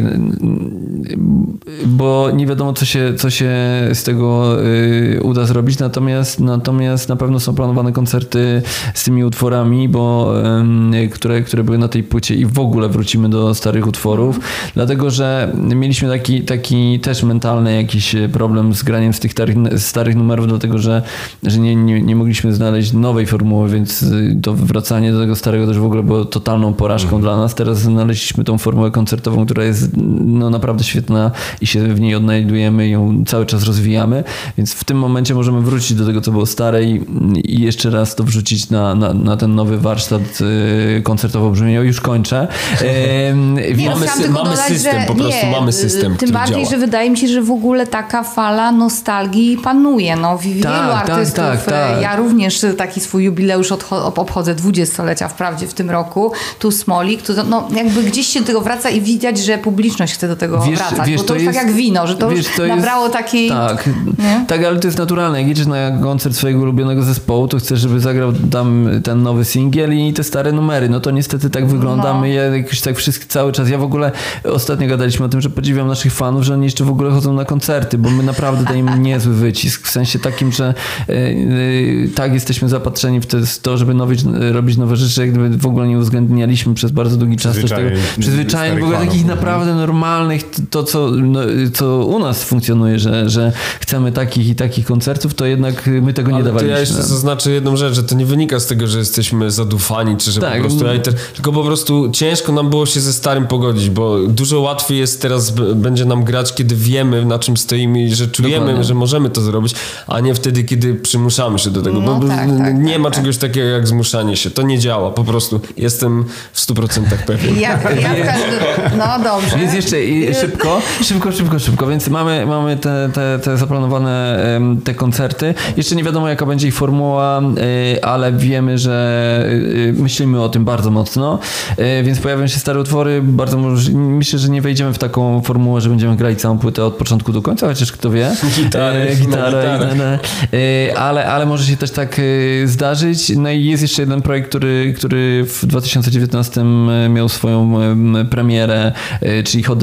bo nie wiadomo, co się, co się z tego y, uda zrobić. Natomiast, natomiast na pewno są planowane koncerty z tymi utworami, bo, y, które, które były na tej płycie i w ogóle wrócimy do starych utworów, dlatego, że mieliśmy taki, taki też mentalny jakiś problem z graniem z tych starych, starych numerów, dlatego, że, że nie, nie, nie mogliśmy znaleźć nowej formuły, więc to wracanie do tego starego też w ogóle było totalną porażką mm. dla nas. Teraz znaleźliśmy tą formułę koncertową, która jest no, naprawdę świetna i się w niej odnajdujemy i ją cały czas rozwijamy, więc w tym momencie możemy wrócić do tego, co było stare i, i jeszcze raz to wrzucić na, na, na ten nowy warsztat y, koncertowo-brzmieniowy. Już kończę. Ym, Nie, więc- Mamy chciałam sy- tylko mamy dodać, system, że po prostu nie, mamy system, Tym który bardziej, działa. że wydaje mi się, że w ogóle taka fala nostalgii panuje. No, w wielu Tak, tak, artystów. tak, tak. Ja również taki swój jubileusz odcho- obchodzę dwudziestolecia wprawdzie w tym roku. Tu Smolik, tu, no jakby gdzieś się do tego wraca i widać, że publiczność chce do tego Wiesz- wracać. wiesz, bo to, to już jest- tak jak wino, że to wiesz, już to jest- nabrało takiej... Tak, Nie? tak, ale to jest naturalne. Jak jedziesz na koncert swojego ulubionego zespołu, to chcesz, żeby zagrał tam ten nowy singiel i te stare numery. No to niestety tak wyglądamy. No. Ja jakoś tak wszystko cały czas. Ja w ogóle ostatnio gadaliśmy o tym, że podziwiam naszych fanów, że oni jeszcze w ogóle chodzą na koncerty, bo my naprawdę dajemy niezły wycisk. W sensie takim, że yy, yy, tak jesteśmy zapatrzeni w to, to żeby nowić, robić nowe rzeczy, jak gdyby w ogóle nie uwzględnialiśmy przez bardzo długi czas też tego. Przyzwyczajeń- Przyzwyczajeń w ogóle starych takich fanów. naprawdę normalnych, to co, no, co u nas funkcjonuje, że, że chcemy takich i takich koncertów, to jednak my tego nie Ale to dawaliśmy. ja jeszcze zaznaczę jedną rzecz, że to nie wynika z tego, że jesteśmy zadufani, czy że Tak. po prostu hejter, tylko po prostu ciężko nam było się ze starym pogodzić, bo dużo łatwiej jest teraz, b- będzie nam grać, kiedy wiemy, na czym stoimy i że czujemy, Dokładnie. że możemy to zrobić, a nie wtedy, kiedy przymuszamy się do tego, No bo tak, b- tak, nie tak, ma tak. czegoś takiego jak zmuszanie się. To nie działa, po prostu jestem w stu procentach pewien. Ja, ja w każdym... No dobrze. Więc jeszcze i szybko, szybko, szybko, szybko. Więc mamy, mamy te, te, te zaplanowane em, te koncerty. Jeszcze nie wiadomo, jaka będzie ich formuła, y, ale wiemy, że y, myślimy o tym bardzo mocno. Y, Więc pojawią się stare utwory. Bardzo może, myślę, że nie wejdziemy w taką formułę, że będziemy grali całą płytę od początku do końca, chociaż kto wie. Gitary, E, na gitarę, gitarę. gitarę. E, ale, ale może się też tak e, zdarzyć. No i jest jeszcze jeden projekt, który, który w dwa tysiące dziewiętnastym miał swoją em, premierę, e, czyli Hot Dance Party,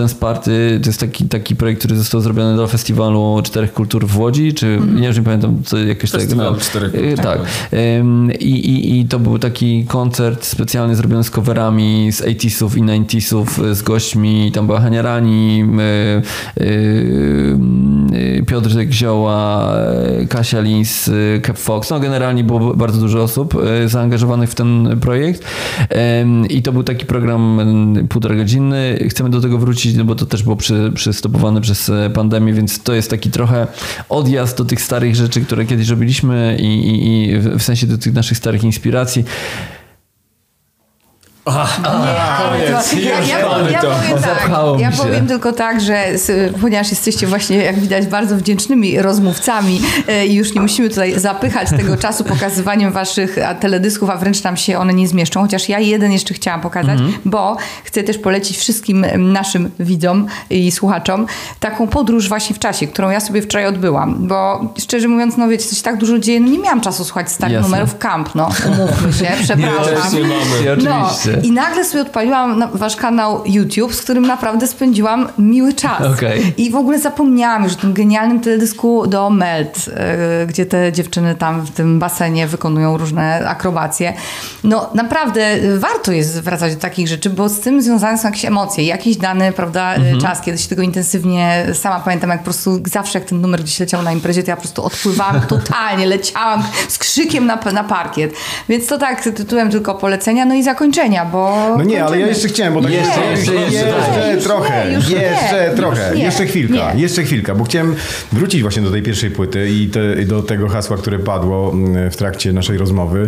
Marty. To jest taki, taki projekt, który został zrobiony do Festiwalu Czterech Kultur w Łodzi, czy mm. nie, już nie pamiętam, co jakieś Festiwal tego. Czterech Kultur. Tak. I, i, I to był taki koncert specjalnie zrobiony z coverami z osiemdziesiątych i dziewięćdziesiątych z gośćmi. Tam była Hania Rani, yy, yy, Piotrek Zioła, Kasia Lins, Cap Fox. No generalnie było bardzo dużo osób zaangażowanych w ten projekt. I to był taki program półtora godzinny. Chcemy do tego wrócić, bo to też było przy, przystopowane przez pandemię, więc to jest taki trochę odjazd do tych starych rzeczy, które kiedyś robiliśmy i, i, i w sensie do tych naszych starych inspiracji. Ach, Nie, koniec, to, ja, już ja, mamy ja to. powiem tak, Zapchało ja mi się. powiem tylko tak, że z, ponieważ jesteście właśnie, jak widać, bardzo wdzięcznymi rozmówcami e, i już nie musimy tutaj zapychać tego czasu pokazywaniem waszych a, teledysków, a wręcz nam się one nie zmieszczą, chociaż ja jeden jeszcze chciałam pokazać, Mhm. bo chcę też polecić wszystkim naszym widzom i słuchaczom taką podróż właśnie w czasie, którą ja sobie wczoraj odbyłam, bo szczerze mówiąc, no wiecie, coś tak dużo dzieje, no nie miałam czasu słuchać starych Jasne. numerów Camp, no umówmy się, przepraszam. Nie mamy. No, Oczywiście. i nagle sobie odpaliłam na wasz kanał YouTube, z którym naprawdę spędziłam miły czas. Okej. I w ogóle zapomniałam już o tym genialnym teledysku do Melt, yy, gdzie te dziewczyny tam w tym basenie wykonują różne akrobacje. No naprawdę warto jest wracać do takich rzeczy, bo z tym związane są jakieś emocje, jakiś dany, prawda, Mhm. czas, kiedy się tego intensywnie, sama pamiętam, jak po prostu zawsze jak ten numer gdzieś leciał na imprezie, to ja po prostu odpływałam totalnie, leciałam z krzykiem na, na parkiet. Więc to tak tytułem tylko polecenia, no i zakończenia, bo... No nie, ale ja kończymy. jeszcze chciałem, bo tak Jeszcze, jeszcze, jeszcze, jeszcze, jeszcze, już trochę, nie, już nie, jeszcze już trochę, nie, jeszcze chwilka, nie. jeszcze chwilka, bo chciałem wrócić właśnie do tej pierwszej płyty i, te, i do tego hasła, które padło mm, w trakcie naszej rozmowy.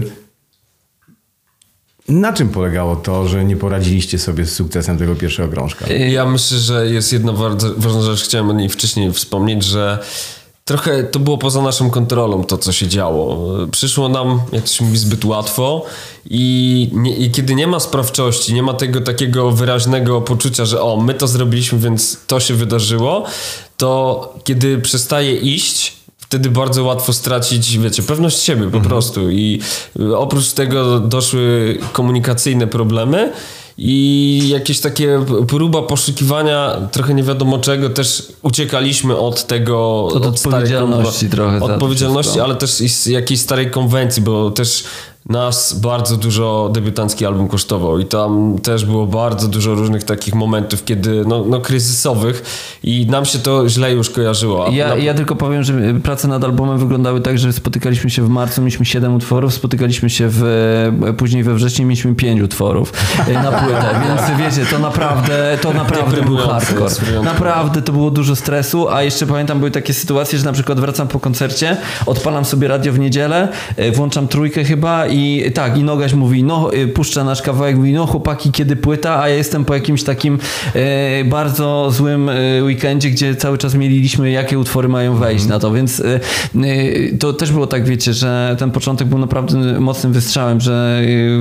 Na czym polegało to, że nie poradziliście sobie z sukcesem tego pierwszego krążka? Ja myślę, że jest jedna bardzo ważna rzecz, chciałem o niej wcześniej wspomnieć, że trochę to było poza naszą kontrolą to, co się działo. Przyszło nam, jak to się mówi, zbyt łatwo i, nie, i kiedy nie ma sprawczości, nie ma tego takiego wyraźnego poczucia, że o, my to zrobiliśmy, więc to się wydarzyło, to kiedy przestaje iść, wtedy bardzo łatwo stracić, wiecie, pewność siebie po mhm. prostu. I oprócz tego doszły komunikacyjne problemy i jakieś takie próba poszukiwania trochę nie wiadomo czego, też uciekaliśmy od tego... Od odpowiedzialności trochę. za to Odpowiedzialności, wszystko. ale też i z jakiejś starej konwencji, bo też nas bardzo dużo debiutancki album kosztował i tam też było bardzo dużo różnych takich momentów, kiedy no, no kryzysowych i nam się to źle już kojarzyło. A Ja, na... ja tylko powiem, że prace nad albumem wyglądały tak, że spotykaliśmy się w marcu, mieliśmy siedem utworów, spotykaliśmy się w, później we wrześniu mieliśmy pięć utworów na płytę, więc wiecie, to naprawdę, to naprawdę był hardcore. Naprawdę to było dużo stresu, a jeszcze pamiętam, były takie sytuacje, że na przykład wracam po koncercie, odpalam sobie radio w niedzielę, włączam trójkę chyba i tak, i Nogaś mówi, no puszcza nasz kawałek, mówi, no chłopaki, kiedy płyta, a ja jestem po jakimś takim e, bardzo złym e, weekendzie, gdzie cały czas mieliliśmy, jakie utwory mają wejść mm. na to, więc e, e, to też było tak, wiecie, że ten początek był naprawdę mocnym wystrzałem, że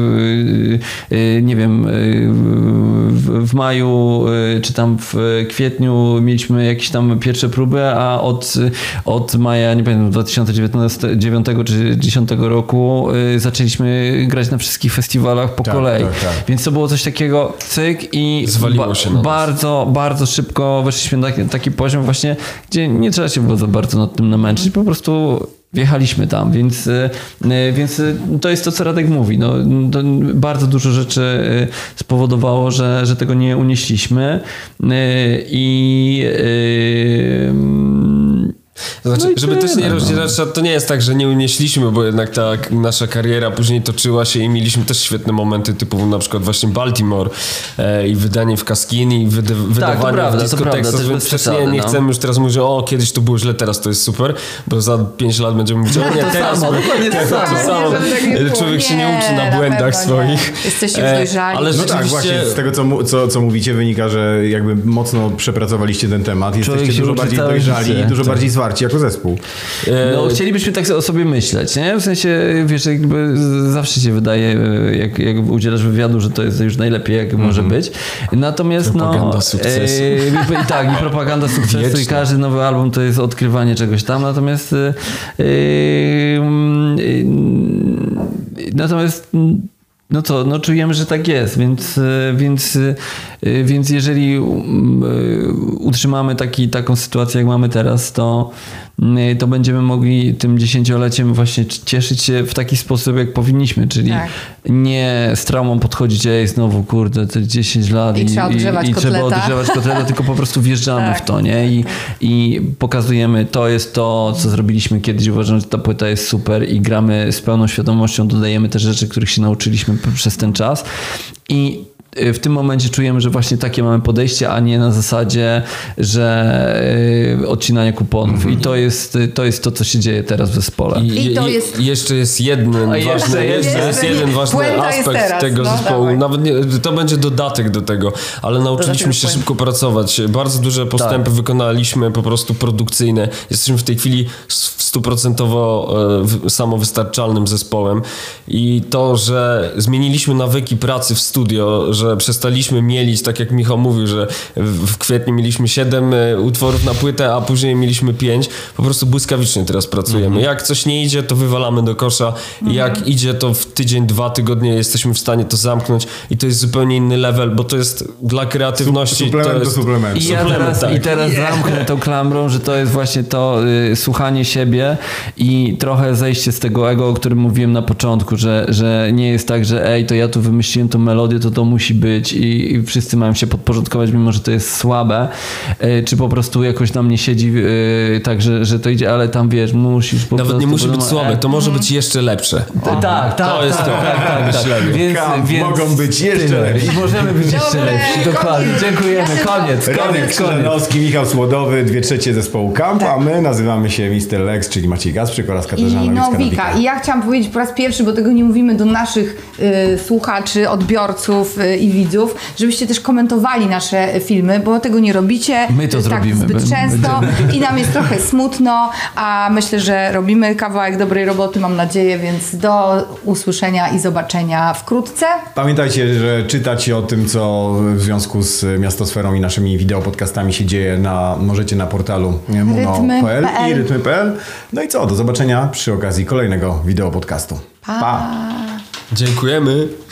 e, e, nie wiem, e, w, w maju e, czy tam w kwietniu mieliśmy jakieś tam pierwsze próby, a od, od maja, nie pamiętam, dwa tysiące dziewiątego czy dwa tysiące dziesiątego roku e, zaczęliśmy grać na wszystkich festiwalach po tak, kolei. Tak, tak. Więc to było coś takiego cyk i Zwaliło ba- się na nas. bardzo, bardzo szybko weszliśmy na taki, taki poziom właśnie, gdzie nie trzeba się było za bardzo nad tym namęczyć, po prostu wjechaliśmy tam, więc, więc to jest to, co Radek mówi. No, to bardzo dużo rzeczy spowodowało, że, że tego nie unieśliśmy i Znaczy, no i żeby tyle, też nie no. rozdzielać, to nie jest tak, że nie unieśliśmy, bo jednak ta nasza kariera później toczyła się i mieliśmy też świetne momenty, typu na przykład właśnie Baltimore e, i wydanie w Kaskini i wyda- wydawanie prawda, w to Disco prawda, Texas, też więc bez też nie, przesady, nie no. chcemy już teraz mówić, że o, kiedyś to było źle, teraz to jest super, bo za pięć lat będziemy mówić, o nie, to teraz samo, dokładnie to to samo. samo. Nie, żeby tak nie było. Człowiek się nie Nie, uczy na na błędach pewno swoich. nie. Jesteście już E, dojrzali. Ale No tak, rzeczywiście... właśnie z tego, co, mu, co, co mówicie, wynika, że jakby mocno przepracowaliście ten temat. Jesteście się dużo uczy bardziej całe dojrzali życie. i dużo Tak. bardziej zwarci jako zespół. No, chcielibyśmy tak o sobie myśleć, nie? W sensie, wiesz, jakby zawsze się wydaje, jak, jak udzielasz wywiadu, że to jest już najlepiej, jak może być. Natomiast Propaganda no... sukcesu. E, i tak, i propaganda sukcesu Wieczne. i każdy nowy album to jest odkrywanie czegoś tam, natomiast e, e, natomiast No co, no czujemy, że tak jest, więc, więc, więc jeżeli utrzymamy taki, taką sytuację, jak mamy teraz, to, to będziemy mogli tym dziesięcioleciem właśnie cieszyć się w taki sposób, jak powinniśmy, czyli tak. nie z traumą podchodzić, ej, znowu, kurde, te dziesięć lat i, i, trzeba, odgrzewać i, i trzeba odgrzewać kotleta, tylko po prostu wjeżdżamy tak, w to, nie? I, i pokazujemy, to jest to, co zrobiliśmy kiedyś, uważam, że ta płyta jest super i gramy z pełną świadomością, dodajemy te rzeczy, których się nauczyliśmy przez ten czas i w tym momencie czujemy, że właśnie takie mamy podejście, a nie na zasadzie, że yy, odcinania kuponów. Mm-hmm. I to jest, to jest to, co się dzieje teraz w zespole. I, I to i, jest... jeszcze jest jeden ważny, jeszcze, jeszcze jest jeden ważny aspekt tego no, zespołu. Dawaj. Nawet nie, to będzie dodatek do tego, ale nauczyliśmy się szybko pracować. Bardzo duże postępy tak. wykonaliśmy, po prostu produkcyjne. Jesteśmy w tej chwili stuprocentowo samowystarczalnym zespołem i to, że zmieniliśmy nawyki pracy w studio, że przestaliśmy mielić, tak jak Michał mówił, że w kwietniu mieliśmy siedem utworów na płytę, a później mieliśmy pięć. Po prostu błyskawicznie teraz pracujemy. Mm-hmm. Jak coś nie idzie, to wywalamy do kosza. Mm-hmm. Jak idzie, to w tydzień, dwa tygodnie jesteśmy w stanie to zamknąć i to jest zupełnie inny level, bo to jest dla kreatywności. Suplement to jest... do suplementu. I, ja teraz, tak. i teraz yeah. zamknę tą klamrą, że to jest właśnie to y, słuchanie siebie i trochę zejście z tego ego, o którym mówiłem na początku, że, że nie jest tak, że ej, to ja tu wymyśliłem tą melodię, to to musi być i, i wszyscy mają się podporządkować, mimo że to jest słabe, yy, czy po prostu jakoś na mnie siedzi yy, tak, że, że to idzie, ale tam wiesz, musisz po Nawet prostu... nie musi być e... słabe, to może być jeszcze lepsze. Tak, tak, tak. To jest tak, to. Tak, tak, tak, tak. Więc, więc mogą być jeszcze lepsi. I możemy być jeszcze Dobre, lepsi. Dokładnie. koniec. Dziękujemy. Koniec. Radek Krzyżanowski, Michał Słodowy, dwie trzecie zespołu Camp, tak. a my nazywamy się mister Lex, czyli Maciej Gasprzyk oraz Katarzyna I Nowicka. Nowika. I ja chciałam powiedzieć po raz pierwszy, bo tego nie mówimy do naszych y, słuchaczy, odbiorców y, i widzów, żebyście też komentowali nasze filmy, bo tego nie robicie. My to tak zrobimy. zbyt Będziemy. często i nam jest trochę smutno, a myślę, że robimy kawałek dobrej roboty, mam nadzieję, więc do usłyszenia i zobaczenia wkrótce. Pamiętajcie, że czytać o tym, co w związku z Miastosferą i naszymi wideopodcastami się dzieje, na, możecie na portalu muno kropka p l i rytmy kropka p l. No i co? Do zobaczenia przy okazji kolejnego wideopodcastu. Pa! Pa. Dziękujemy.